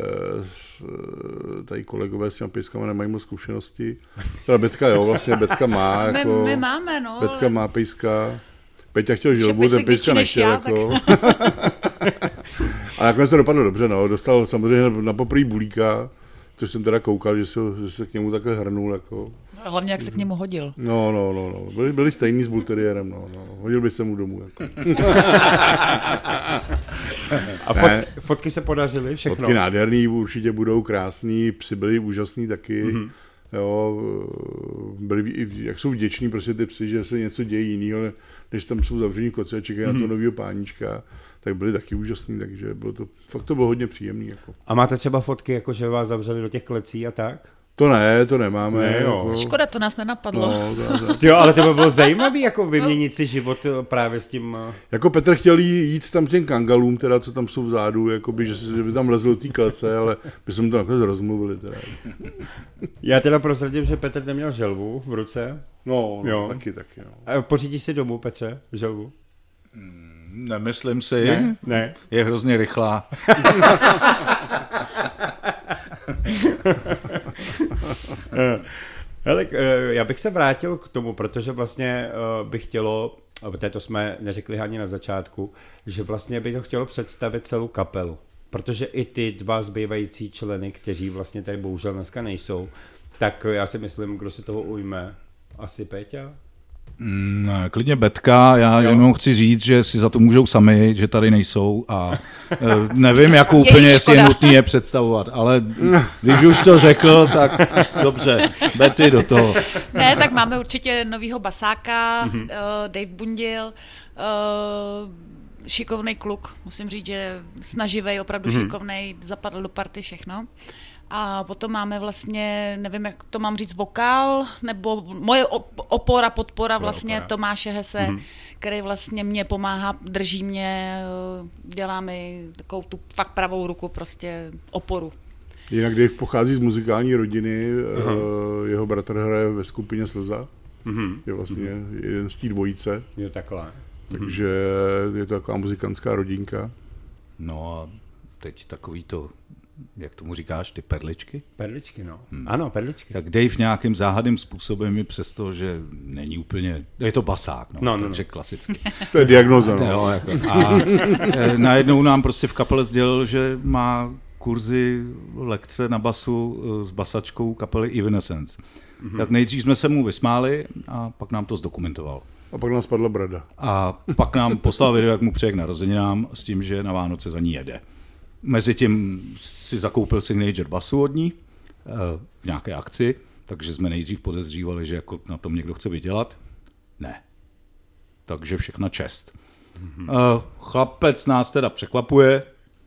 Speaker 4: tady kolegové s těma pejskama nemají moc zkušenosti. Teda Betka jo, vlastně Betka má. Jako,
Speaker 5: my máme, no.
Speaker 4: Betka má pejska. Peťa chtěl žilbu, ten pejska nechtěl. Jako. A nakonec to dopadlo dobře, no. Dostal samozřejmě na poprvé bulíka, což jsem teda koukal, že se k němu takhle hrnul. Jako.
Speaker 5: A hlavně, jak se k němu hodil.
Speaker 4: No. Byli stejní s bulteriérem, no. Hodil bych se mu domů. Jako.
Speaker 2: A fotky se podařily, všechno?
Speaker 4: Fotky nádherný, určitě budou krásný, psi byli úžasný taky. Jo, byli, jak jsou vděční prostě ty psi, že se něco děje jinýho, než tam jsou zavření koce a čekají na toho novýho páníčka, tak byli taky úžasný, takže fakt to bylo hodně příjemný. Jako.
Speaker 2: A máte třeba fotky, jako že vás zavřeli do těch klecí a tak?
Speaker 4: To nemáme.
Speaker 2: Ne,
Speaker 4: jako.
Speaker 5: Škoda, to nás nenapadlo.
Speaker 2: Jo, ale to by bylo zajímavý, jako vyměnit si život právě s tím...
Speaker 4: Jako Petr chtěl jít tam těm kangalům, teda, co tam jsou vzadu, jakoby, že by tam lezl do té klece, ale my jsme to nakonec rozmluvili. Teda.
Speaker 2: Já teda prozradím, že Petr neměl želvu v ruce.
Speaker 4: No
Speaker 2: jo.
Speaker 4: taky. No.
Speaker 2: A pořídíš si domů, Petře, želvu?
Speaker 3: Nemyslím si.
Speaker 2: Ne.
Speaker 3: Je hrozně rychlá.
Speaker 2: Hele, já bych se vrátil k tomu, protože vlastně bych chtělo, protože to jsme neřekli ani na začátku, že vlastně by to chtělo představit celou kapelu. Protože i ty dva zbývající členy, kteří vlastně tady bohužel dneska nejsou, tak já si myslím, kdo se toho ujme, asi Péťa?
Speaker 3: Ne, klidně Betka, já jenom chci říct, že si za to můžou sami, že tady nejsou a nevím, jako úplně, jestli je nutný je představovat, ale když už to řekl, tak dobře, Betty do toho.
Speaker 5: Ne, tak máme určitě novýho basáka, Dave Bundil, šikovnej kluk, musím říct, že snaživej, opravdu šikovnej, zapadl do party všechno. A potom máme vlastně, nevím, jak to mám říct, vokál, nebo moje opora, podpora vlastně Tomáše Hese, který vlastně mě pomáhá, drží mě, dělá mi takovou tu fakt pravou ruku, prostě oporu.
Speaker 4: Jinak Dave pochází z muzikální rodiny, jeho bratr hraje ve skupině Slza, je vlastně jeden z té dvojice.
Speaker 2: Je takhle.
Speaker 4: Takže je to taková muzikantská rodinka.
Speaker 3: No a teď takový to, jak tomu říkáš, ty perličky?
Speaker 2: Perličky, no. Ano, perličky.
Speaker 3: Tak Dave nějakým záhadným způsobem, přesto, že není úplně, je to basák, takže klasicky.
Speaker 4: To je diagnoza, no.
Speaker 3: Jo, jako, a najednou nám prostě v kapele sdělil, že má kurzy, lekce na basu s basačkou kapely Evanescence. Tak nejdřív jsme se mu vysmáli a pak nám to zdokumentoval.
Speaker 4: A pak nás padla brada.
Speaker 3: A pak nám poslal video, jak mu přeje k narozeninám s tím, že na Vánoce za ní jede. Mezitím si zakoupil signature basu od ní v nějaké akci, takže jsme nejdřív podezřívali, že jako na tom někdo chce vydělat. Ne. Takže všechna čest. Chlapec nás teda překvapuje.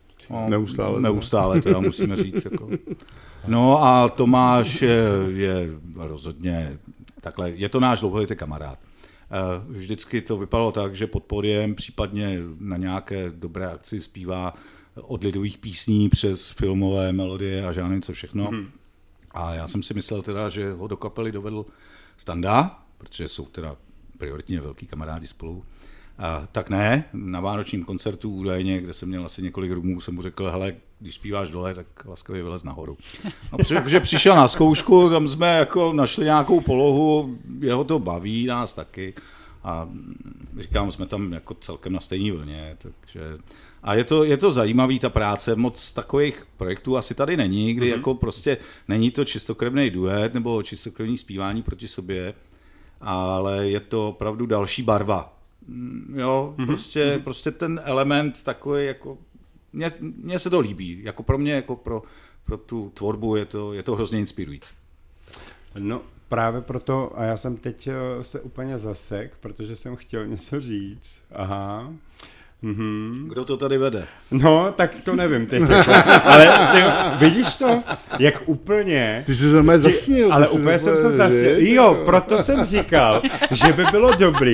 Speaker 3: Neustále, teda musíme říct. Jako. No a Tomáš je rozhodně takhle, je to náš dlouholetý kamarád. Vždycky to vypadalo tak, že pod pódiem, případně na nějaké dobré akci zpívá od lidových písní přes filmové melodie a žádný co všechno. A já jsem si myslel teda, že ho do kapely dovedl Standa, protože jsou teda prioritně velký kamarádi spolu. Tak ne, na vánočním koncertu údajně, kde jsem měl asi několik rumů, jsem mu řekl, hele, když zpíváš dole, tak laskavě vylez nahoru. No, protože přišel na zkoušku, tam jsme jako našli nějakou polohu, jeho to baví, nás taky. A říkám, jsme tam jako celkem na stejné vlně. Takže... A je to zajímavý, ta práce, moc takových projektů asi tady není, kdy jako prostě není to čistokrevný duet nebo čistokrevný zpívání proti sobě, ale je to opravdu další barva. Jo, prostě ten element takový, jako mně se to líbí, jako pro mě, jako pro tu tvorbu je to hrozně inspirující.
Speaker 2: No právě proto, a já jsem teď se úplně zasek, protože jsem chtěl něco říct. Aha.
Speaker 3: Kdo to tady vede?
Speaker 2: No, tak to nevím teď. Jako. Ale vidíš to, jak úplně...
Speaker 4: Ty jsi se zasnil.
Speaker 2: Ale úplně jsem se zasnil. Jo, proto jsem říkal, že by bylo dobrý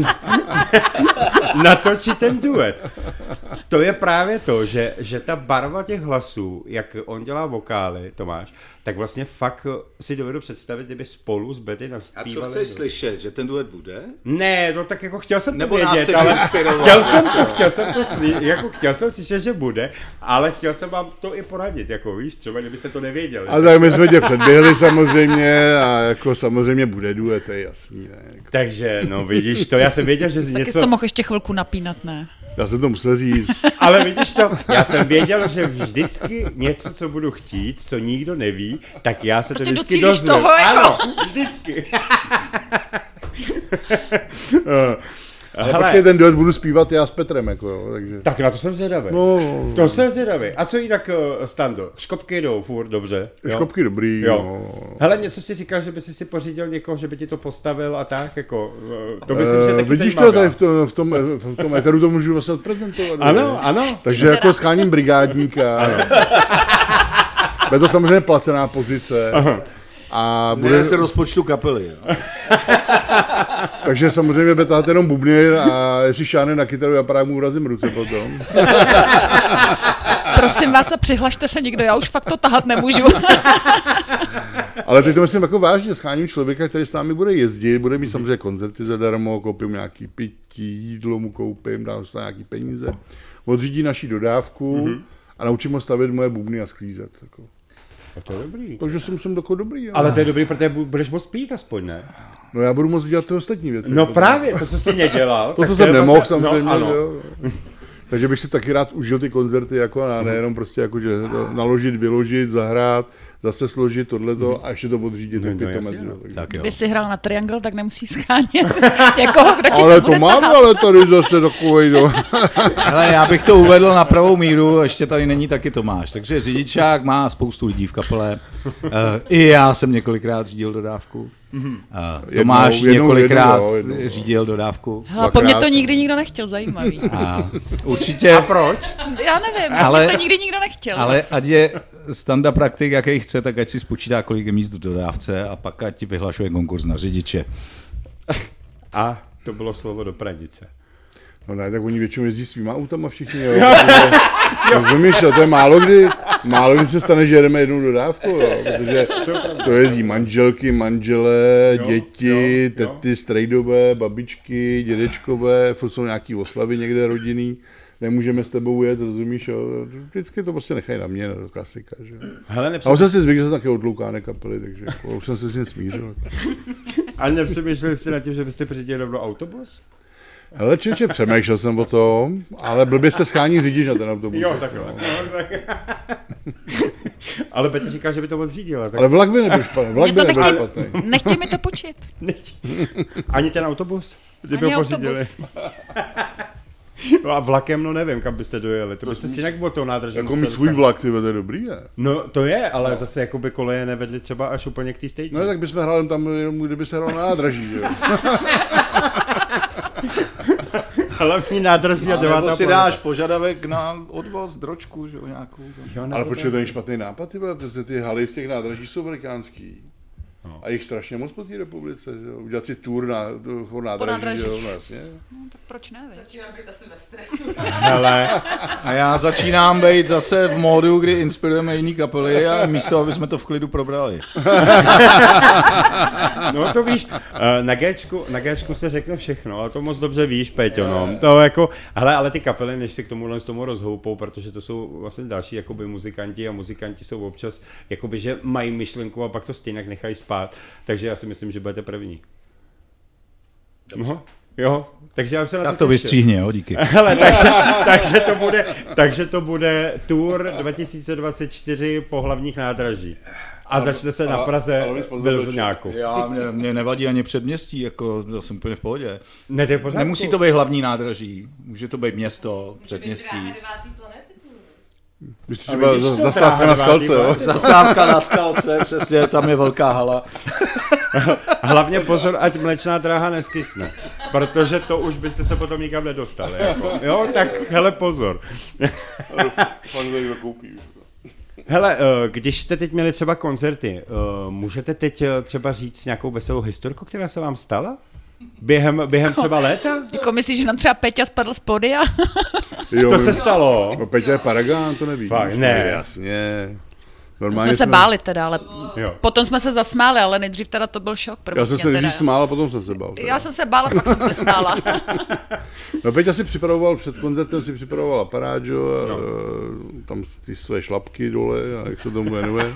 Speaker 2: natočit ten duet. To je právě to, že ta barva těch hlasů, jak on dělá vokály, Tomáš, tak vlastně fakt si dovedu představit, kdyby spolu s Betty navzpívali.
Speaker 3: A co chceš slyšet, že ten duet bude?
Speaker 2: Ne, no tak jako chtěl jsem
Speaker 3: nebo
Speaker 2: to vědět, ale chtěl jsem slyšet, že bude, ale chtěl jsem vám to i poradit, jako víš, třeba kdybyste to nevěděli.
Speaker 4: A tak my jsme tě předběhli samozřejmě a jako samozřejmě bude duet, to je jasný. Ne?
Speaker 2: Takže, no vidíš to, já jsem věděl, že
Speaker 5: taky jsi to mohl ještě chvilku napínat, ne?
Speaker 4: Já jsem to musel říct.
Speaker 2: Ale vidíš to, já jsem věděl, že vždycky něco, co budu chtít, co nikdo neví, tak já se prostě to vždycky dozvím. Ano, vždycky.
Speaker 4: Ale počkej, ten duet budu zpívat já s Petrem, jako jo, takže...
Speaker 2: Tak na to jsem zvědavý. No. To jsem zvědavý. A co jinak, Stando? Škopky jdou furt dobře. Jo?
Speaker 4: Škopky dobrý, jo. No.
Speaker 2: Hele, něco si říkal, že by si pořídil někoho, že by ti to postavil a tak, jako, to myslím, že taky
Speaker 4: vidíš to tady v tom éteru to můžu vlastně odprezentovat.
Speaker 2: Ano.
Speaker 4: Takže jako scháním brigádníka. Bude to samozřejmě placená pozice.
Speaker 2: Aha.
Speaker 3: A bude se rozpočtu kapely. Jo.
Speaker 4: Takže samozřejmě bude tahat jenom bubny a jestli šáhne na kytaru, já právě mu urazím ruce potom.
Speaker 5: Prosím vás, a přihlašte se někdo, já už fakt to tahat nemůžu.
Speaker 4: Ale teď to myslím jako vážně, scháním člověka, který s námi bude jezdit, bude mít samozřejmě koncerty zadarmo, koupím nějaký pití, jídlo mu koupím, dám si nějaký peníze, odřídí naši dodávku a naučím ho stavět moje bubny a sklízet. Jako.
Speaker 2: A to je dobrý.
Speaker 4: Takže si musím takový dobrý. Jo.
Speaker 2: Ale to je dobrý, protože budeš moc pít aspoň, ne?
Speaker 4: No já budu moct dělat ty ostatní věci.
Speaker 2: No právě, to, co jsi nedělal.
Speaker 4: To, co jsem nemohl, samozřejmě. No, takže bych si taky rád užil ty koncerty, jako a nejenom prostě jako, že naložit, vyložit, zahrát, zase složit tohleto a ještě to odřídit.
Speaker 5: Když jsi hrál na Triangle, tak nemusíš schánět někoho, kdo ti
Speaker 4: ale
Speaker 5: to bude
Speaker 4: mám,
Speaker 5: tahat.
Speaker 4: ale tady zase takovej, no.
Speaker 3: Ale já bych to uvedl na pravou míru, ještě tady není taky Tomáš. Takže řidičák má spoustu lidí v kapele. I já jsem několikrát řídil dodávku. Tomáš několikrát řídil dodávku.
Speaker 5: Hele, po mně to nikdy nikdo nechtěl, zajímavý.
Speaker 2: Určitě. A proč?
Speaker 5: Já nevím, ale to nikdy nikdo nechtěl.
Speaker 3: Ale ať je stand-up praktik, jaký chce, tak ať si spočítá, kolik je míst v dodávce a pak ať vyhlašuje konkurs na řidiče.
Speaker 2: A to bylo slovo do Pradice.
Speaker 4: No ne, tak oni většinou jezdí svýma autama všichni, jo. Rozumíš, to je málo kdy se stane, že jedeme jednou dodávku, jo, protože to jezdí manželky, manželé, děti, tety, strejdové, babičky, dědečkové, furt jsou nějaký oslavy někde rodinný, nemůžeme s tebou jet, rozumíš, jo, vždycky to prostě nechají na mě, na to klasika, že jo. A už jsem si zvykl, že jsem taky odloukáne kapely, takže už jsem se s ním smířil.
Speaker 2: Ale nepřemýšleli jste nad tím, že byste přidělili rovnou autobus?
Speaker 4: Hele, čiče, přemýšlel jsem o tom, ale blbě se schání řidič na ten autobus.
Speaker 2: Jo, takhle. No. Ale Petr říká, že by to odřídila. Tak...
Speaker 4: Ale vlak by nebyl špatný.
Speaker 5: Nechtěj mi to počít.
Speaker 2: Ani ten autobus? Kdyby
Speaker 5: Ani
Speaker 2: ho pořídili.
Speaker 5: autobus.
Speaker 2: No a vlakem, no nevím, kam byste dojeli. To byste si jinak od toho nádraží
Speaker 4: jako mít svůj vlak, ty to je dobrý, ne?
Speaker 2: No to je, ale zase jakoby koleje nevedly třeba až úplně k té stage.
Speaker 4: No tak bychom hráli tam, kdyby se hrál na nádraží, jo.
Speaker 2: Hlavní nádraží a 9.
Speaker 3: Nebo si dáš požadavek na odvoz, dročku, že jo, nějakou.
Speaker 4: Ale počkej, to není špatný nápad, protože ty haly v těch nádraží jsou velikánský. No. A jich strašně moc po té republice, že jo. Udělat si tour na nádraží, jo, no jasně.
Speaker 5: No tak proč ne, víš?
Speaker 6: Začíná být asi ve stresu.
Speaker 2: Hele.
Speaker 3: A já začínám být zase v módu, kdy inspirujeme jiný kapely a místo, aby jsme to v klidu probrali.
Speaker 2: No to víš, na Gčku se řekne všechno, ale to moc dobře víš, Peťo, no. To jako, hele, ale ty kapely, než se k tomu rozhoupou, protože to jsou vlastně další jakoby muzikanti a muzikanti jsou občas, jakoby, že mají myšlenku a pak to stejně nechají spát, takže já si myslím, že budete první. Jo, takže já už se na
Speaker 3: tak to vystříhni, jo, díky.
Speaker 2: Hele, takže to bude tour 2024 po hlavních nádraží. A začne se na Praze Vilzňáku.
Speaker 3: Mě nevadí ani předměstí, jako to jsem úplně v pohodě.
Speaker 2: Ne, to je pořádku.
Speaker 3: Nemusí to být hlavní nádraží, může to být město, předměstí.
Speaker 4: Myslíš, třeba zastávka na Skalce, jo?
Speaker 3: Zastávka na Skalce, přesně, tam je velká hala.
Speaker 2: Hlavně pozor, ať mléčná dráha neskysne, protože to už byste se potom nikam nedostali. Jako. Jo, tak hele, pozor. Hele, když jste teď měli třeba koncerty, můžete teď třeba říct nějakou veselou historku, která se vám stala? Během třeba léta?
Speaker 5: Jako myslíš, že nám třeba Peťa spadl z podia?
Speaker 4: Jo,
Speaker 2: to se stalo.
Speaker 4: No Peťa je Paragán, to nevíš.
Speaker 2: Fakt, ne.
Speaker 4: Jasně.
Speaker 5: Normálně jsme se báli teda, ale potom jsme se zasmáli, ale nejdřív teda to byl šok.
Speaker 4: Já jsem se nejdřív smál a potom jsem se bál. Teda.
Speaker 5: Já jsem se bála, pak jsem se smála.
Speaker 4: No Peťa si připravoval před koncertem, aparát, jo, a tam ty své šlapky dole, a jak se tomu jmenuje.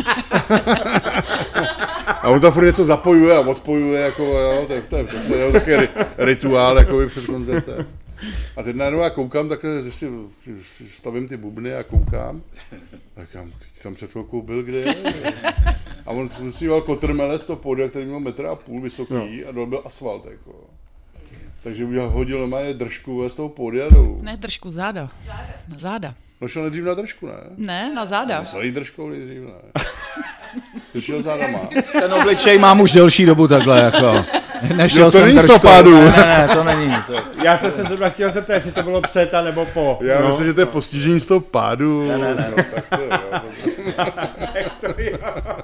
Speaker 4: A on tam furt něco zapojuje a odpojuje, jako jo, to je přesně takový rituál, jako před koncertem. A teď najednou já koukám takhle, že si stavím ty bubny a koukám. Tak tam před chvilkou byl, kde je. A on si dělal kotrmelec to pódia, který měl 1,5 m vysoký a dole byl asfalt, jako. Takže hodil normálně držku z toho pódia dolů.
Speaker 5: Ne držku, záda. Na záda.
Speaker 4: No šel nejdřív na držku, ne?
Speaker 5: Ne, na záda.
Speaker 4: Myslel držkou nejdřív, ne? Šel zádama.
Speaker 3: Ten obličej mám už delší dobu takhle, jako. Nešel
Speaker 4: to
Speaker 3: jsem
Speaker 4: držkou.
Speaker 3: Ne, to není. To...
Speaker 2: Já jsem se zrovna chtěl zeptat, jestli to bylo před a nebo po.
Speaker 4: Já myslím, že to je postižení z toho pádu.
Speaker 3: Ne.
Speaker 4: No, tak to je,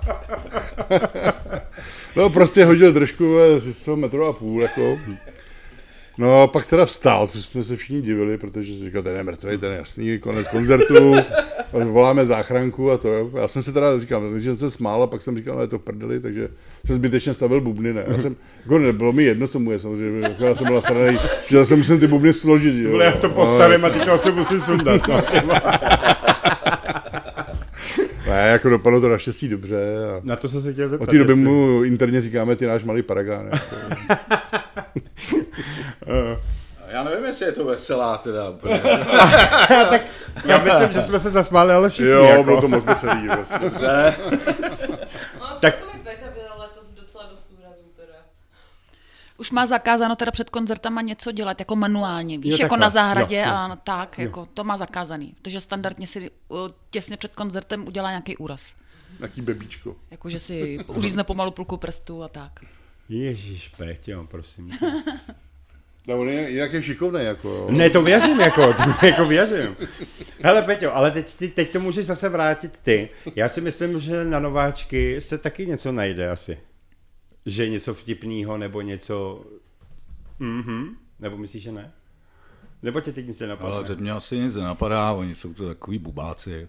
Speaker 4: no prostě hodil držku z toho 1,5 m, jako. No a pak teda vstál, což jsme se všichni divili, protože si říkal, ten je mrtvej, ten je jasný, konec koncertu, voláme záchranku a to jo. Já jsem se teda říkal, že jsem se smál a pak jsem říkal, no je to v prdeli, takže jsem zbytečně stavil bubny, ne. Já jsem, jako nebylo mi jedno, co mu je samozřejmě, jako já jsem byla starý, že já jsem musel ty bubny složit, jo.
Speaker 2: To bylo, já si to postavím a ty to asi musím sundat, no.
Speaker 4: Ne, jako dopadlo to naštěstí dobře. A
Speaker 2: Na to jsem se chtěl zeptat.
Speaker 4: od té doby mu interně říkáme, ty náš malý Paragán. Jako.
Speaker 3: Já nevím, jestli je to veselá teda úplně.
Speaker 2: Tak já myslím, že jsme se zasmáli, ale všichni.
Speaker 4: Jo,
Speaker 2: jako.
Speaker 4: bylo to moc veselý. Vlastně.
Speaker 3: Dobře.
Speaker 2: Tak-
Speaker 6: Peťa byla letos docela dost úrazů teda.
Speaker 5: Už má zakázáno teda před koncertama něco dělat, jako manuálně, víš,
Speaker 2: Jo,
Speaker 5: jako
Speaker 2: takhle.
Speaker 5: na zahradě
Speaker 2: Jo, jo.
Speaker 5: a tak, jako to má zakázaný. Takže standardně si těsně před koncertem udělá nějaký úraz.
Speaker 4: Jaký bebíčko.
Speaker 5: Jako, že si uřízne pomalu půlku prstů a tak.
Speaker 2: Ježíš, Péťo, prosím.
Speaker 4: No, on je, jinak je šikovnej, jako jo.
Speaker 2: Ne, to věřím, jako věřím. Hele, Peťo, ale teď to můžeš zase vrátit ty. Já si myslím, že na nováčky se taky něco najde asi. Že něco vtipného, nebo něco... Nebo myslíš, že ne? Nebo tě teď nic nenapadne?
Speaker 3: Ale teď mě asi nic nenapadá, oni jsou to takový bubáci.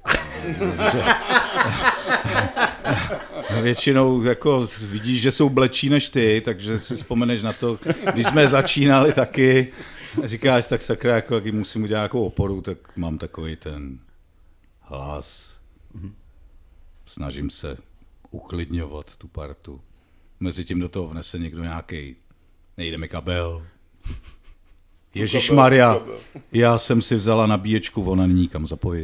Speaker 3: Většinou jako vidíš, že jsou blečí než ty, takže si vzpomeneš na to, když jsme začínali taky, říkáš, tak sakra, jako, jak musím udělat nějakou oporu, tak mám takový ten hlas. Snažím se uklidňovat tu partu. Mezitím do toho vnese někdo nějaký, nejde mi kabel. Ježišmarja, já jsem si vzala nabíječku, ona není kam zapojit.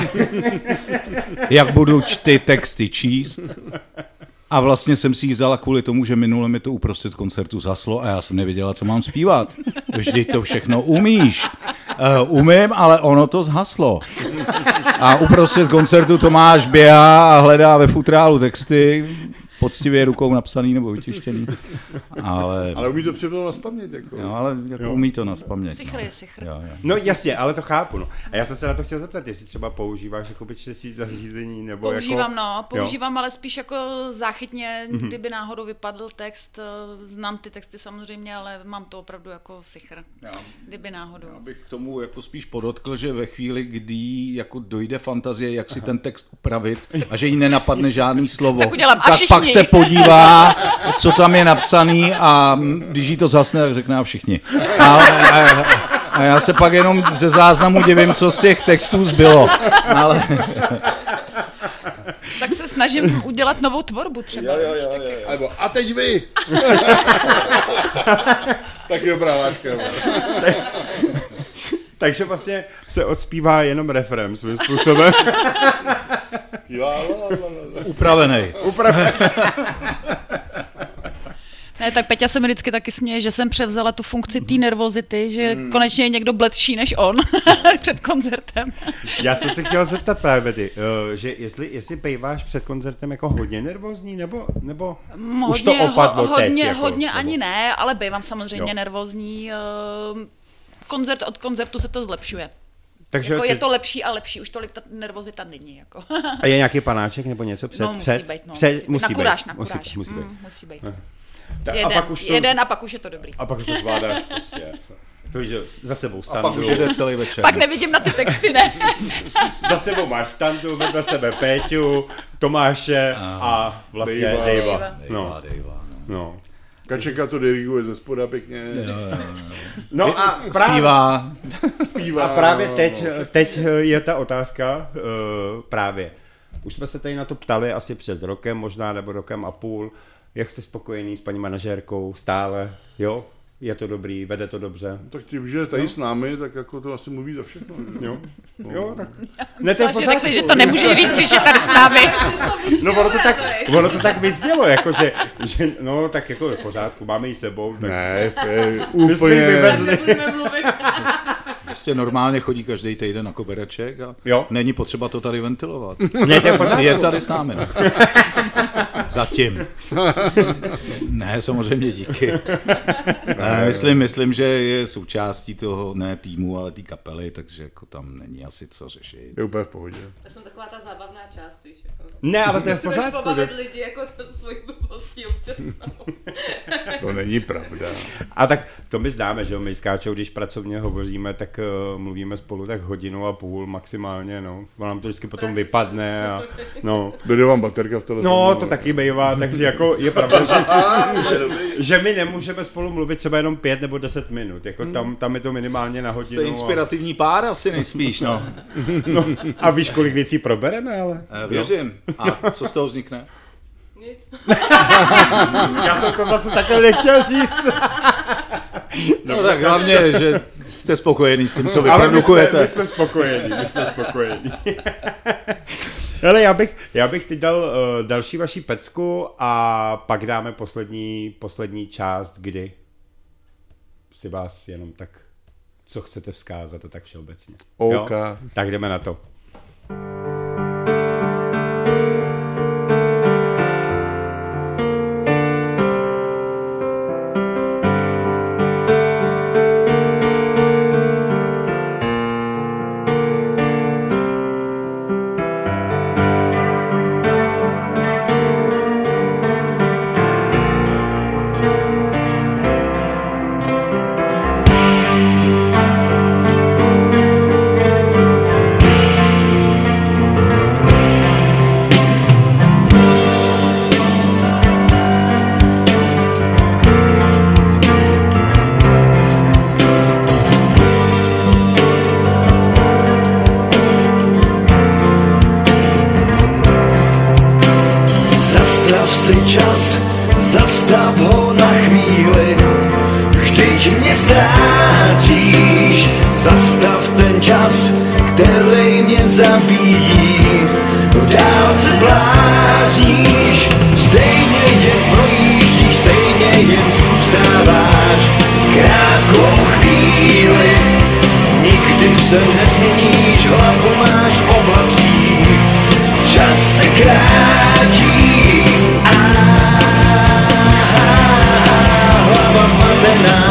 Speaker 3: Jak budu ty texty číst? A vlastně jsem si ji vzala kvůli tomu, že minule mi to uprostřed koncertu zaslo a já jsem nevěděla, co mám zpívat. Vždyť to všechno umíš. Umím, ale ono to zhaslo. A uprostřed koncertu Tomáš běhá a hledá ve futrálu texty, poctivě rukou napsaný nebo vytištěný. Ale
Speaker 4: umí to připravovat nazpamět, jako.
Speaker 3: jo, ale jako umí to nazpamět.
Speaker 5: Sichr.
Speaker 3: Jo.
Speaker 2: No jasně, ale to chápu. No. A já jsem se na to chtěl zeptat, jestli třeba používáš jako čtecí zařízení, nebo
Speaker 5: Používám,
Speaker 2: jako...
Speaker 5: používám, ale spíš jako záchytně, kdyby náhodou vypadl text, znám ty texty samozřejmě, ale mám to opravdu jako sichr, kdyby náhodou.
Speaker 3: Já bych k tomu jako spíš podotkl, že ve chvíli, kdy jako dojde fantazie, jak si ten text upravit a že jí nenapadne žádný slovo,
Speaker 5: Tak udělám, a
Speaker 3: tak
Speaker 5: všichni.
Speaker 3: pak se podívá, co tam je napsaný a když jí to zhasne, tak řekne a všichni. A já se pak jenom ze záznamu divím, co z těch textů zbylo. Ale...
Speaker 5: Tak se snažím udělat novou tvorbu třeba. víš, tak jako-
Speaker 4: Alebo, a teď vy! Taky dobrá vážka.
Speaker 2: Takže vlastně se odspívá jenom refrém svým způsobem.
Speaker 3: Upravenej.
Speaker 5: Ne, tak Peťa se mi vždycky taky směje, že jsem převzala tu funkci té nervozity, že konečně je někdo bledší než on před koncertem.
Speaker 2: Já jsem se chtěl zeptat právě ty, že jestli bejváš před koncertem jako hodně nervózní, nebo už to opadlo
Speaker 5: hodně,
Speaker 2: teď? Jako,
Speaker 5: hodně
Speaker 2: nebo...
Speaker 5: ani ne, ale bývám samozřejmě
Speaker 2: Jo.
Speaker 5: nervózní. Koncert od koncertu se to zlepšuje.
Speaker 2: Takže
Speaker 5: Jako je to lepší a lepší, už tolik ta nervozita není. Jako.
Speaker 2: A je nějaký panáček nebo něco před?
Speaker 5: No, musí být, no,
Speaker 2: musí
Speaker 5: na kuráž,
Speaker 2: být.
Speaker 5: na kuráž.
Speaker 2: Musí být.
Speaker 5: Musí být.
Speaker 2: A pak už to,
Speaker 5: Jeden a pak už je to dobrý.
Speaker 2: a pak už to zvládáš prostě. To víš, že za sebou
Speaker 3: A
Speaker 2: standu.
Speaker 3: pak už jde celý večer.
Speaker 5: Pak nevidím na ty texty, ne?
Speaker 2: Za sebou máš standu, vedle sebe Péťu, Tomáše a vlastně Dejva.
Speaker 3: Dejva.
Speaker 2: No.
Speaker 4: Kačenka to diriguje ze spoda pěkně.
Speaker 2: No a právě,
Speaker 4: Zpívá.
Speaker 2: a právě teď je ta otázka právě. Už jsme se tady na to ptali asi před rokem, možná nebo rokem a půl. Jak jste spokojený s paní manažérkou stále, jo? Je to dobrý, vede to dobře.
Speaker 4: Tak tím, že je tady s námi, tak jako to asi mluví za všechno.
Speaker 2: Jo, jo tak. Ne, to je v
Speaker 5: Že
Speaker 2: pořádku.
Speaker 5: řekli, že to nemůže říct, když je tady s námi.
Speaker 2: No ono to tak vyznělo, jako že no tak jako v pořádku, máme ji sebou. Tak
Speaker 4: Ne,
Speaker 2: my jsme ji
Speaker 4: úplně.
Speaker 2: vyvedli.
Speaker 6: Nebudeme mluvit.
Speaker 3: Prostě normálně chodí každý týden na kobereček a
Speaker 2: Jo.
Speaker 3: není potřeba to tady ventilovat.
Speaker 2: Ne, to je v pořádku.
Speaker 3: Je tady s námi. No. Zatím. Ne, samozřejmě díky. Myslím, že je součástí toho, ne týmu, ale té kapely, takže jako tam není asi co řešit.
Speaker 4: Je úplně v pohodě.
Speaker 6: Já jsem taková ta zábavná část, víš, jako.
Speaker 2: Ne, ale to je v
Speaker 6: Chceš
Speaker 2: pořádku.
Speaker 6: pobavit lidi, jako to svoji blbost. blbosti občas.
Speaker 4: To není pravda.
Speaker 2: A tak to my známe, že my s Káčou, když pracovně hovoříme, tak mluvíme spolu tak 1.5 hodiny maximálně, no. Nám to vždycky potom vypadne a no.
Speaker 4: Dojde vám baterka v telefonu.
Speaker 2: No, to taky bývá, takže jako je pravda, že my nemůžeme spolu mluvit třeba jenom 5 nebo 10 minut, jako tam je to minimálně na hodinu.
Speaker 3: Jste inspirativní pár, asi nejspíš, no.
Speaker 2: No. A víš, kolik věcí probereme, ale?
Speaker 3: Věřím. A co z toho vznikne?
Speaker 6: Nic.
Speaker 2: Já jsem to zase takhle nechtěl říct.
Speaker 3: No tak hlavně, že jste spokojení s tím, co vyprodukujete.
Speaker 2: My jsme spokojení. Hele, já bych teď dal další vaši pecku a pak dáme poslední část, kdy si vás jenom tak, co chcete vzkázat a tak všeobecně.
Speaker 4: OK.
Speaker 2: Jo? Tak jdeme na to.
Speaker 7: Zastav ho na chvíli, vždyť mě ztrácíš. Zastav ten čas, který mě zabíjí. V dálce blázníš, stejně jen projíždíš, stejně jen zůstáváš. Krátkou chvíli, nikdy se nezměníš, hlavu máš v oblacích. Čas se krátí, hlava zmatená,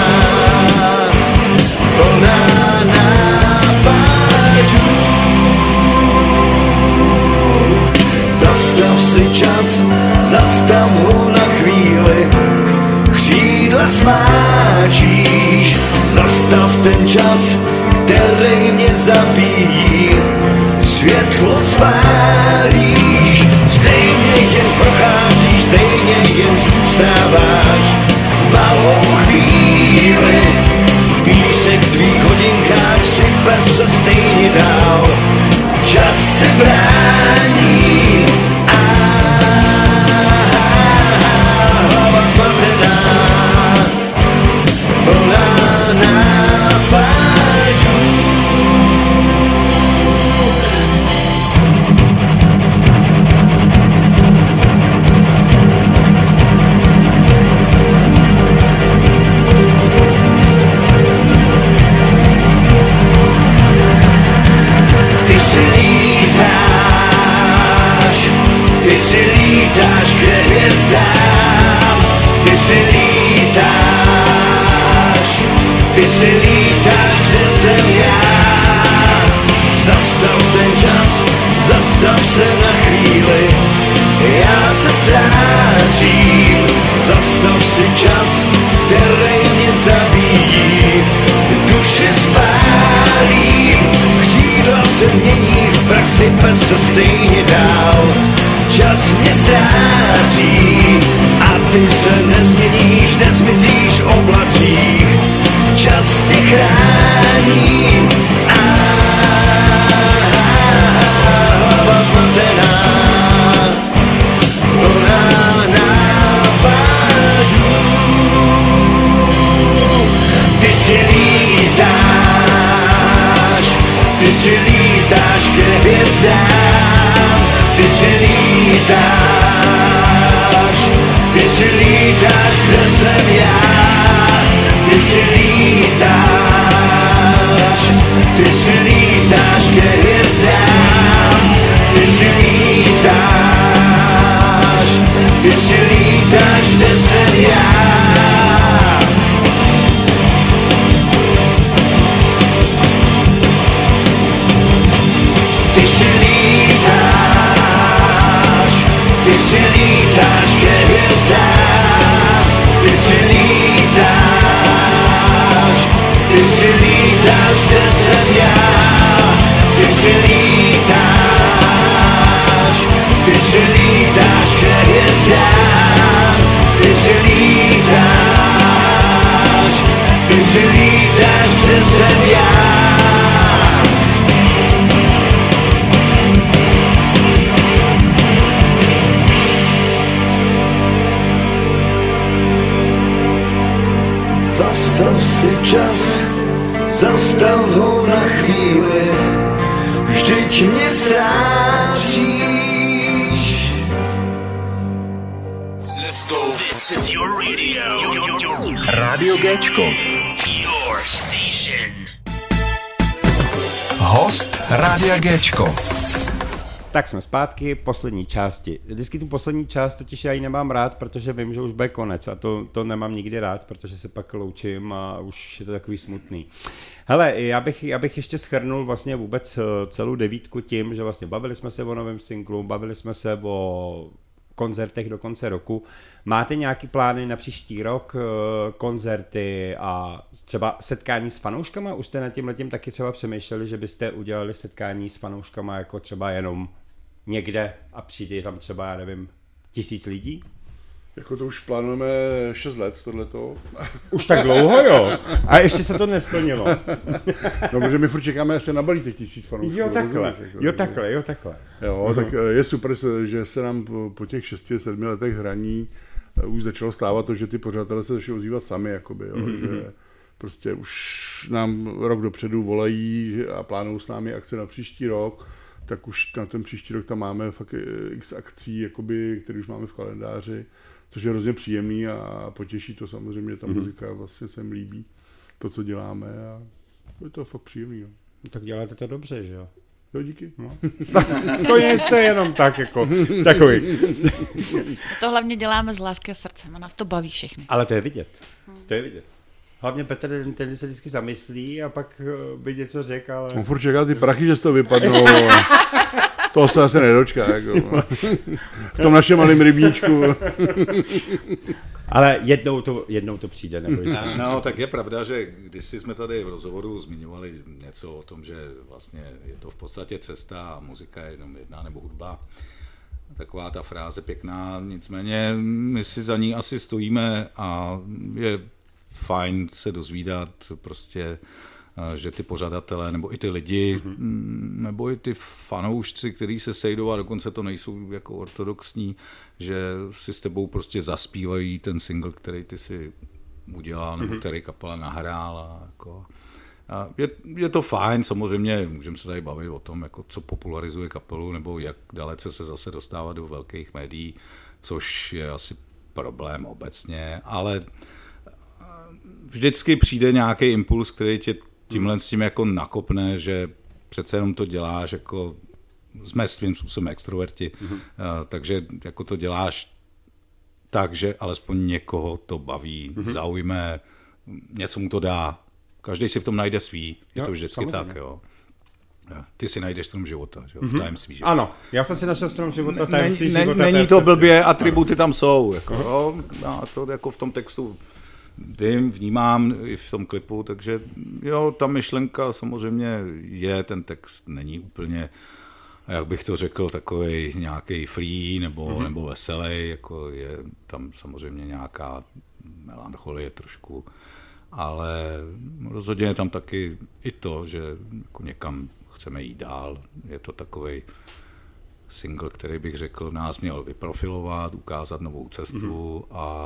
Speaker 7: plná nápadů. Zastav si čas, zastav ho na chvíli, křídla smáčíš. Zastav ten čas, který mě zabíjí, světlo spálíš. Stejně jen procházíš, stejně jen zůstáváš. Malou chvíli, písek v tvých hodinkách sype se stejně dál. Čas se brání, hlava zmatená, plná nápadů. Ty si lítáš, kde jsem já. Zastav ten čas, zastav se na chvíli, já se ztrácím. Zastav si čas, který mě zabíjí, duše spálím. Křídla se mění, v prach sype se stejně dál. Čas mě ztrácí a ty se nezměníš, nezmizíš v oblacích. Čas tě chrání, hlava zmatená, plná nápadů. Ty si lítáš ke hvězdám. Ty si lítáš, kde jsem já. Ty si lítáš ke hvězdám. Ty si lítáš, kde jsem já. Ty si lítáš ke hvězdám. Ty si lítáš, kde jsem já. Ty si lítáš, ty si lítáš k hvězdám. Ty si lítáš, kde jsem já. Zastav si čas, zastav ho na chvíli, vždyť mě ztrácíš.
Speaker 1: Let's go. This is your radio. Radio Géčko. Your station. Host Rádia Géčko.
Speaker 2: Tak jsme zpátky, poslední části. Vždycky tu poslední část totiž já ji nemám rád, protože vím, že už bude konec a to nemám nikdy rád, protože se pak loučím a už je to takový smutný. Hele, já bych ještě shrnul vlastně vůbec celou 9 tím, že vlastně bavili jsme se o novém singlu, bavili jsme se o koncertech do konce roku. Máte nějaký plány na příští rok, koncerty a třeba setkání s fanouškama? Už jste nad tímhletím taky třeba přemýšleli, že byste udělali setkání s fanouškama jako třeba jenom někde a přijde tam třeba, já nevím, 1000 lidí?
Speaker 4: Jako to už plánujeme 6 let, tohleto.
Speaker 2: Už tak dlouho, jo? A ještě se to nesplnilo.
Speaker 4: No, protože my furt čekáme, až se nabalí těch 1000 fanoušků.
Speaker 2: Jo, takhle.
Speaker 4: Jo, tak je super, že se nám po těch 6-7 letech hraní už začalo stávat to, že ty pořadatelé se začali ozývat sami, jakoby, jo, že prostě už nám rok dopředu volají a plánují s námi akce na příští rok, tak už na ten příští rok tam máme fakt x akcí, jakoby, které už máme v kalendáři, což je hrozně příjemný a potěší to samozřejmě, ta muzika vlastně se mi líbí, to, co děláme a je to fakt příjemný. Jo.
Speaker 2: No, tak děláte to dobře, že jo?
Speaker 4: Jo, díky. No.
Speaker 2: To jste jenom tak, jako takový.
Speaker 5: To hlavně děláme z lásky a srdcem a nás to baví všechny.
Speaker 2: Ale to je vidět. To je vidět. Hlavně Petr, ten se vždycky zamyslí a pak by něco řekl, ale...
Speaker 4: On furt čeká ty prachy, že z toho vypadnou. Toho se asi nedočká. Jako. V tom našem malém rybníčku.
Speaker 2: Ale jednou to přijde, neboj se.
Speaker 3: No, tak je pravda, že když jsme tady v rozhovoru zmiňovali něco o tom, že vlastně je to v podstatě cesta a muzika je jenom jedna nebo hudba. Taková ta fráze pěkná, nicméně my si za ní asi stojíme a je fajn se dozvídat prostě, že ty pořadatelé, nebo i ty lidi, nebo i ty fanoušci, kteří se sejdou a dokonce to nejsou jako ortodoxní, že si s tebou prostě zaspívají ten single, který ty si udělal, nebo který kapela nahrála. Jako. A je to fajn, samozřejmě můžeme se tady bavit o tom, jako co popularizuje kapelu, nebo jak dalece se zase dostává do velkých médií, což je asi problém obecně, ale vždycky přijde nějaký impuls, který tě tímhle s tím jako nakopne, že přece jenom to děláš jako jsme svým způsobem extroverti, takže jako to děláš tak, že alespoň někoho to baví, zaujme, něco mu to dá. Každý si v tom najde svý, je to vždycky samozřejmě. Tak, jo. Ty si najdeš strom života, že jo, v tajemství života.
Speaker 2: Ano, já jsem si našel strom života, tajemství života.
Speaker 3: Není to blbě, atributy tam jsou, jako, jo, já to jako v tom textu vnímám i v tom klipu, takže jo, ta myšlenka samozřejmě je, ten text není úplně, jak bych to řekl, takovej nějaký free nebo veselý, jako je tam samozřejmě nějaká melancholie trošku, ale rozhodně je tam taky i to, že jako někam chceme jít dál, je to takovej single, který bych řekl, nás měl vyprofilovat, ukázat novou cestu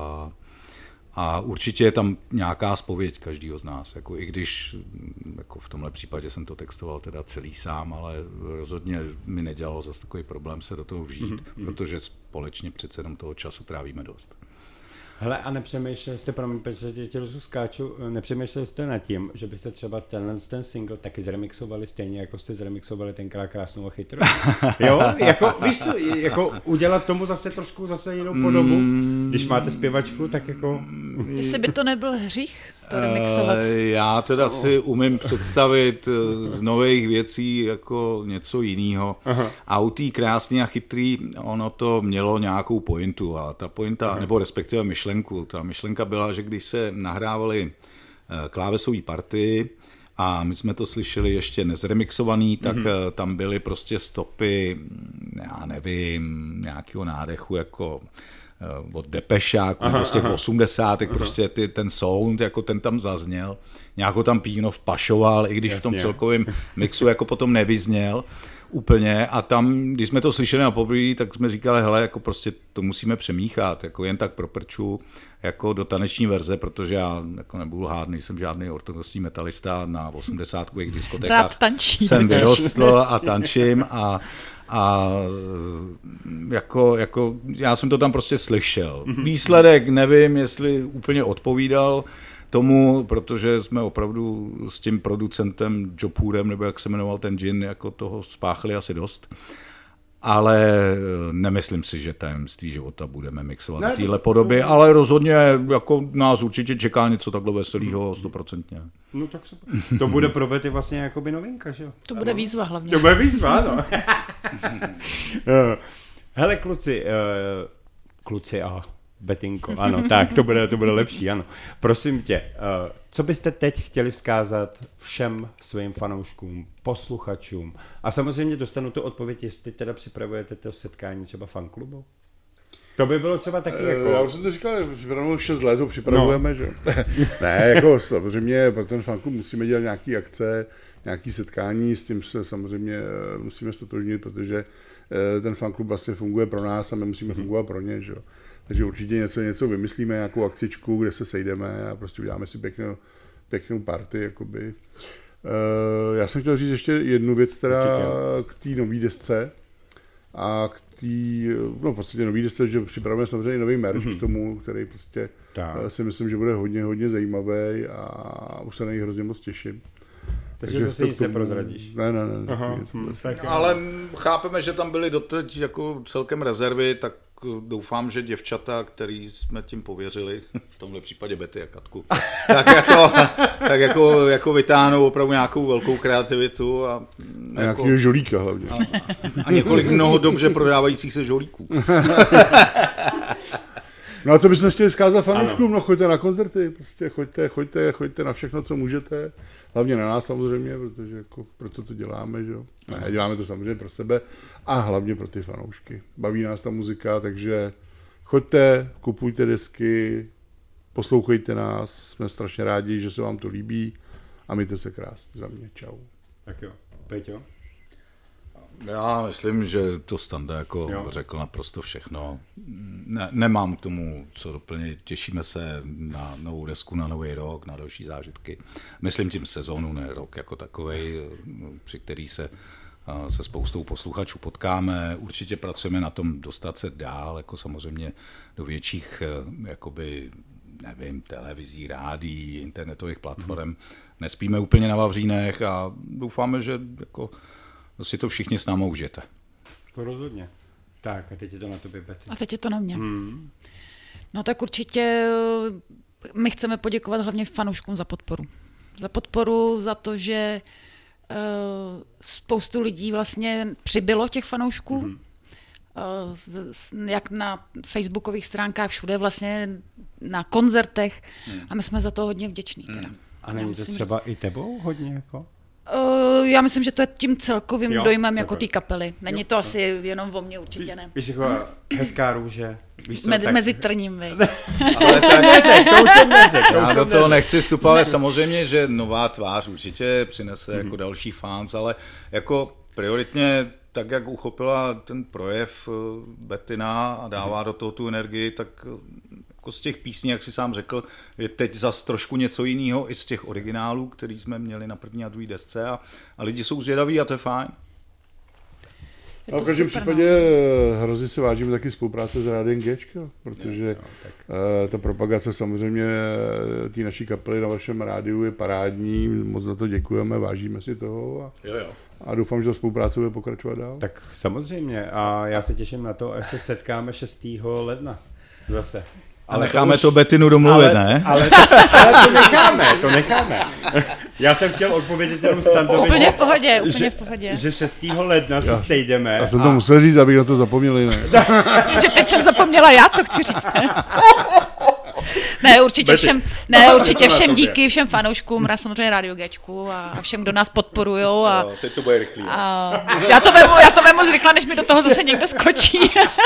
Speaker 3: a určitě je tam nějaká zpověď každýho z nás, jako i když jako v tomhle případě jsem to textoval teda celý sám, ale rozhodně mi nedělalo zase takový problém se do toho vžít, protože společně přece jenom toho času trávíme dost.
Speaker 2: Hele, a nepřemýšleli jste, promiň, Petře, tě skáču, nepřemýšleli jste nad tím, že byste třeba ten single taky zremixovali stejně, jako jste zremixovali tenkrát Krásnou a chytrou? Jo, jako, víš co, jako udělat tomu zase trošku jinou podobu, když máte zpěvačku, tak jako...
Speaker 5: Jestli by to nebyl hřích, to remixovat.
Speaker 3: Já teda si umím představit z nových věcí jako něco jiného. A u té Krásný a chytrý, ono to mělo nějakou pointu a ta pointa, nebo respektive myšlenku, ta myšlenka byla, že když se nahrávaly klávesové party a my jsme to slyšeli ještě nezremixovaný, tak tam byly prostě stopy, já nevím, nějakého nádechu jako od Depešáku, nebo z těch 80. prostě ten sound, jako ten tam zazněl, nějakou tam Píno vpašoval, i když v tom celkovém mixu jako potom nevyzněl úplně a tam, když jsme to slyšeli na poprvé, tak jsme říkali, hele, jako prostě to musíme přemíchat, jako jen tak pro prču, jako do taneční verze, protože já jako nebudu lhát, nejsem žádný ortodoxní metalista, na 80kových diskotékách jsem vyrostl a tančím a jako já jsem to tam prostě slyšel. Výsledek nevím, jestli úplně odpovídal tomu, protože jsme opravdu s tím producentem Jopurem, nebo jak se jmenoval ten džin, jako toho spáchli asi dost. Ale nemyslím si, že Tajemství života budeme mixovat v téhle podobě, ale rozhodně jako nás určitě čeká něco takhle veselého 100%.
Speaker 2: No tak to bude pro Betty vlastně jakoby novinka, že jo?
Speaker 5: To bude výzva hlavně.
Speaker 2: To bude výzva, no. Hele kluci, aha. Betinko, ano, tak to bude lepší, ano. Prosím tě, co byste teď chtěli vzkázat všem svým fanouškům, posluchačům? A samozřejmě dostanu tu odpověď, jestli teda připravujete to setkání třeba fanklubu? To by bylo třeba taky jako...
Speaker 4: Já už jsem to říkal, připravujeme 6 let, to připravujeme, že? Ne, jako samozřejmě pro ten fanklub musíme dělat nějaký akce, nějaký setkání, s tím se samozřejmě musíme stotožnit, protože ten fanklub vlastně funguje pro nás a my musíme fungovat pro ně, že jo. Takže určitě něco vymyslíme, nějakou akcičku, kde se sejdeme a prostě uděláme si pěknou party, jakoby. Já jsem chtěl říct ještě jednu věc teda k té nový desce a k té, no v podstatě nový desce, že připravujeme samozřejmě nový merch k tomu, který prostě si myslím, že bude hodně zajímavý a už se na něj hrozně moc těším.
Speaker 2: Takže zase nic neprozradíš.
Speaker 4: Ne.
Speaker 3: Ale chápeme, že tam byly doteď jako celkem rezervy, tak doufám, že děvčata, který jsme tím pověřili, v tomhle případě Betty a Katku, tak jako vytáhnou opravdu nějakou velkou kreativitu a
Speaker 4: nějakého žolíka hlavně.
Speaker 3: A několik mnoho dobře prodávajících se žolíků.
Speaker 4: No a co bychom chtěli vzkázat fanouškům? No choďte na koncerty, prostě choďte na všechno, co můžete. Hlavně na nás samozřejmě, protože jako proto to děláme, že jo. Ne, děláme to samozřejmě pro sebe a hlavně pro ty fanoušky. Baví nás ta muzika, takže choďte, kupujte desky, poslouchejte nás, jsme strašně rádi, že se vám to líbí a mějte se krásně za mě. Čau.
Speaker 2: Tak jo. Peťo?
Speaker 3: Já myslím, že to Standa jako řekl naprosto všechno. Nemám k tomu co doplnit. Těšíme se na novou desku, na nový rok, na další zážitky. Myslím tím sezónu, ne rok jako takovej, při který se spoustou posluchačů potkáme. Určitě pracujeme na tom dostat se dál, jako samozřejmě do větších, jakoby, nevím, televizí, rádií, internetových platform. Nespíme úplně na vavřínech a doufáme, že jako si to všichni s námi užijete.
Speaker 2: To rozhodně. Tak a teď je to na tobě, Betty.
Speaker 5: A teď je to na mě. No tak určitě my chceme poděkovat hlavně fanouškům za podporu. Za podporu, za to, že spoustu lidí vlastně přibylo těch fanoušků. Jak na facebookových stránkách, všude vlastně na koncertech. A my jsme za to hodně vděční. Teda.
Speaker 2: A není to třeba i tebou hodně jako?
Speaker 5: Já myslím, že to je tím celkovým dojmem jako té kapely. Není to asi jenom o mně, určitě ne.
Speaker 2: Víš, jako hezká růže. Víš co,
Speaker 5: mezi trním, vej.
Speaker 3: Ale já do toho nechci vstupovat, ale samozřejmě, že nová tvář určitě přinese jako další fans, ale jako prioritně tak, jak uchopila ten projev Bettina a dává do toho tu energii, tak jako z těch písní, jak jsi sám řekl, je teď zas trošku něco jiného i z těch originálů, který jsme měli na první a druhé desce a lidi jsou zvědaví a to je fajn.
Speaker 4: A v každém případě hrozně se vážíme taky spolupráce s Rádiem Géčko, protože ta propagace samozřejmě té naší kapely na vašem rádiu je parádní, moc za to děkujeme, vážíme si toho a doufám, že ta spolupráce bude pokračovat dál.
Speaker 2: Tak samozřejmě a já se těším na to, až se setkáme 6. ledna zase.
Speaker 3: Ale necháme to Bettinu domluvit, ne?
Speaker 2: Ale to necháme. Já jsem chtěl odpovědět jenom Standovi.
Speaker 5: Úplně v pohodě.
Speaker 2: Že 6. ledna se sejdeme.
Speaker 4: Já jsem to musel říct, abych na to zapomněli, ne?
Speaker 5: Že teď jsem zapomněla já, co chci říct, ne? určitě všem díky, všem fanouškům, samozřejmě Rádio Géčku a všem, kdo nás podporujou. A,
Speaker 8: teď to bude rychlý.
Speaker 5: Já to vemu zrychle, než mi do toho zase někdo skočí.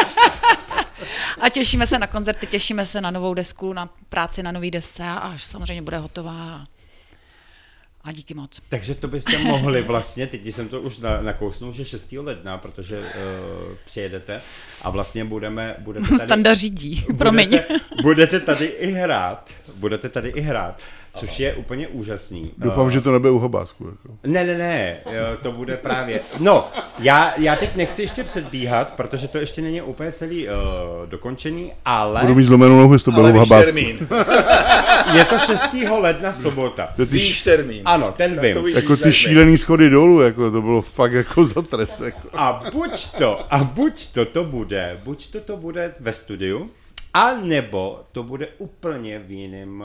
Speaker 5: A těšíme se na koncerty, těšíme se na novou desku, na práci na nový desce a až samozřejmě bude hotová. A díky moc.
Speaker 2: Takže to byste mohli vlastně, teď jsem to už nakousnul, že 6. ledna, protože přijedete a vlastně budete tady...
Speaker 5: Standa řídí, promiň.
Speaker 2: Budete tady i hrát, což je úplně úžasný.
Speaker 4: Doufám, že to nebude u Hobásku. Jako.
Speaker 2: Ne, to bude právě... No, já teď nechci ještě předbíhat, protože to ještě není úplně celý dokončený, ale...
Speaker 4: Budu mít zlomenou nohu, jestli to bylo u Hobásku.
Speaker 2: Je to 6. ledna sobota.
Speaker 8: Víš termín.
Speaker 2: Ano, ten vím.
Speaker 4: Jako ty šílený schody dolů, jako to bylo fakt jako za trest. Jako.
Speaker 2: A buď to bude ve studiu, a nebo to bude úplně v jiném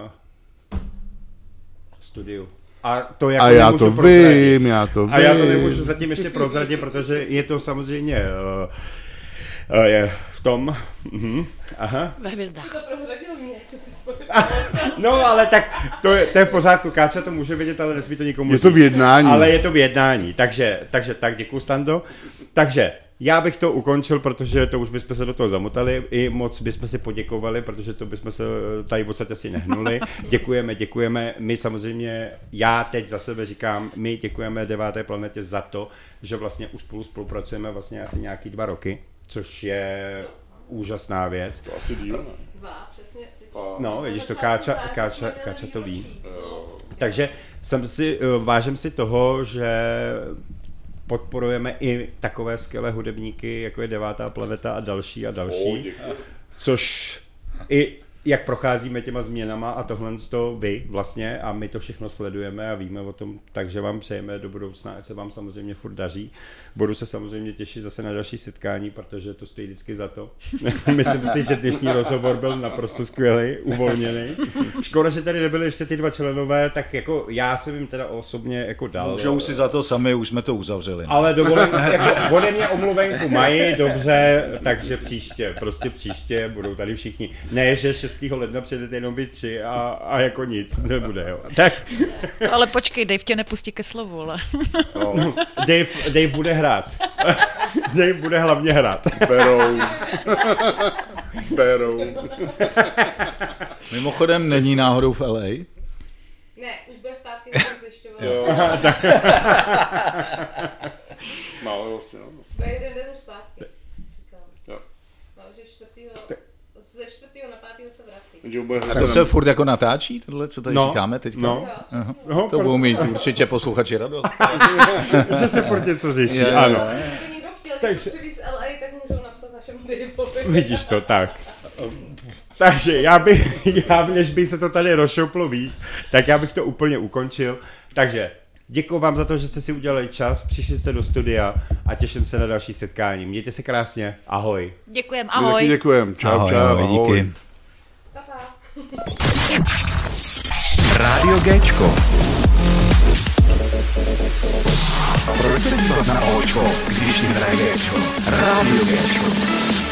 Speaker 2: studiu. A to jako
Speaker 4: já to vím.
Speaker 2: A já to nemůžu zatím ještě prozradit, protože je to samozřejmě je v tom. Aha.
Speaker 5: Ve hvězdách.
Speaker 6: To prozradil mě, co si
Speaker 2: No, ale tak to je v pořádku, Káča to může vědět, ale nesmí to nikomu
Speaker 4: říct. Je to v jednání.
Speaker 2: Ale je to v jednání, takže tak, děkuju, Stando. Takže já bych to ukončil, protože to už bychom se do toho zamotali, i moc bychom si poděkovali, protože to bychom se tady odsaď asi nehnuli. Děkujeme, my samozřejmě, já teď za sebe říkám, my děkujeme 9. planetě za to, že vlastně už spolupracujeme vlastně asi nějaký 2 roky, což je úžasná věc.
Speaker 4: To asi díl, ne?
Speaker 6: 2, přesně.
Speaker 2: No, vidíš to, Káča to ví. Takže vážím si toho, že podporujeme i takové skvělé hudebníky, jako je 9. planeta a další. Což i jak procházíme těma změnama a tohle to vy vlastně a my to všechno sledujeme a víme o tom, takže vám přejeme do budoucna, ať se vám samozřejmě furt daří. Budu se samozřejmě těšit zase na další setkání, protože to stojí vždycky za to. Myslím si, že dnešní rozhovor byl naprosto skvělý, uvolněný. Škoda, že tady nebyly ještě ty 2 členové, tak jako já jsem jim teda osobně jako dal.
Speaker 3: Můžou si za to sami, už jsme to uzavřeli.
Speaker 2: Ale dovolím, jako ode mě omluvenku mají, dobře, takže příště budou tady všichni. Ne, že 6. ledna přijedete jenom vy 3 a jako nic nebude, jo. Tak.
Speaker 5: Ale počkej, Dave tě nepustí ke slovu, ale...
Speaker 2: No. Dave bude hrát. Dave bude hlavně hrát.
Speaker 4: Berou.
Speaker 3: Mimochodem není náhodou v LA?
Speaker 6: Ne, už bude zpátky, jsem zjišťovala.
Speaker 4: Jo. Málo vlastně, no.
Speaker 6: Bude 1 den už zpátky, říkám.
Speaker 4: Jo.
Speaker 6: No, že ze 4. na 5. se vrací.
Speaker 3: A to se furt jako natáčí, tohle, co tady říkáme teďka?
Speaker 2: No.
Speaker 3: To budou mít určitě posluchači radost.
Speaker 2: Že se furt něco řeší, ano.
Speaker 6: Kdyby někdo chtěl něco přivést z LA, tak můžou napsat našemu Daveovi.
Speaker 2: Vidíš to, tak. Takže než by se to tady rozšouplo víc, tak já bych to úplně ukončil. Takže děkuji vám za to, že jste si udělali čas, přišli jste do studia a těším se na další setkání. Mějte se krásně, ahoj.
Speaker 5: Děkujem, ahoj.
Speaker 4: My děkujem, čau, ahoj.
Speaker 3: Díky.
Speaker 1: Rádio Géčko. Proč se dívat na Očko, když jim hraje Géčko? Rádio Géčko.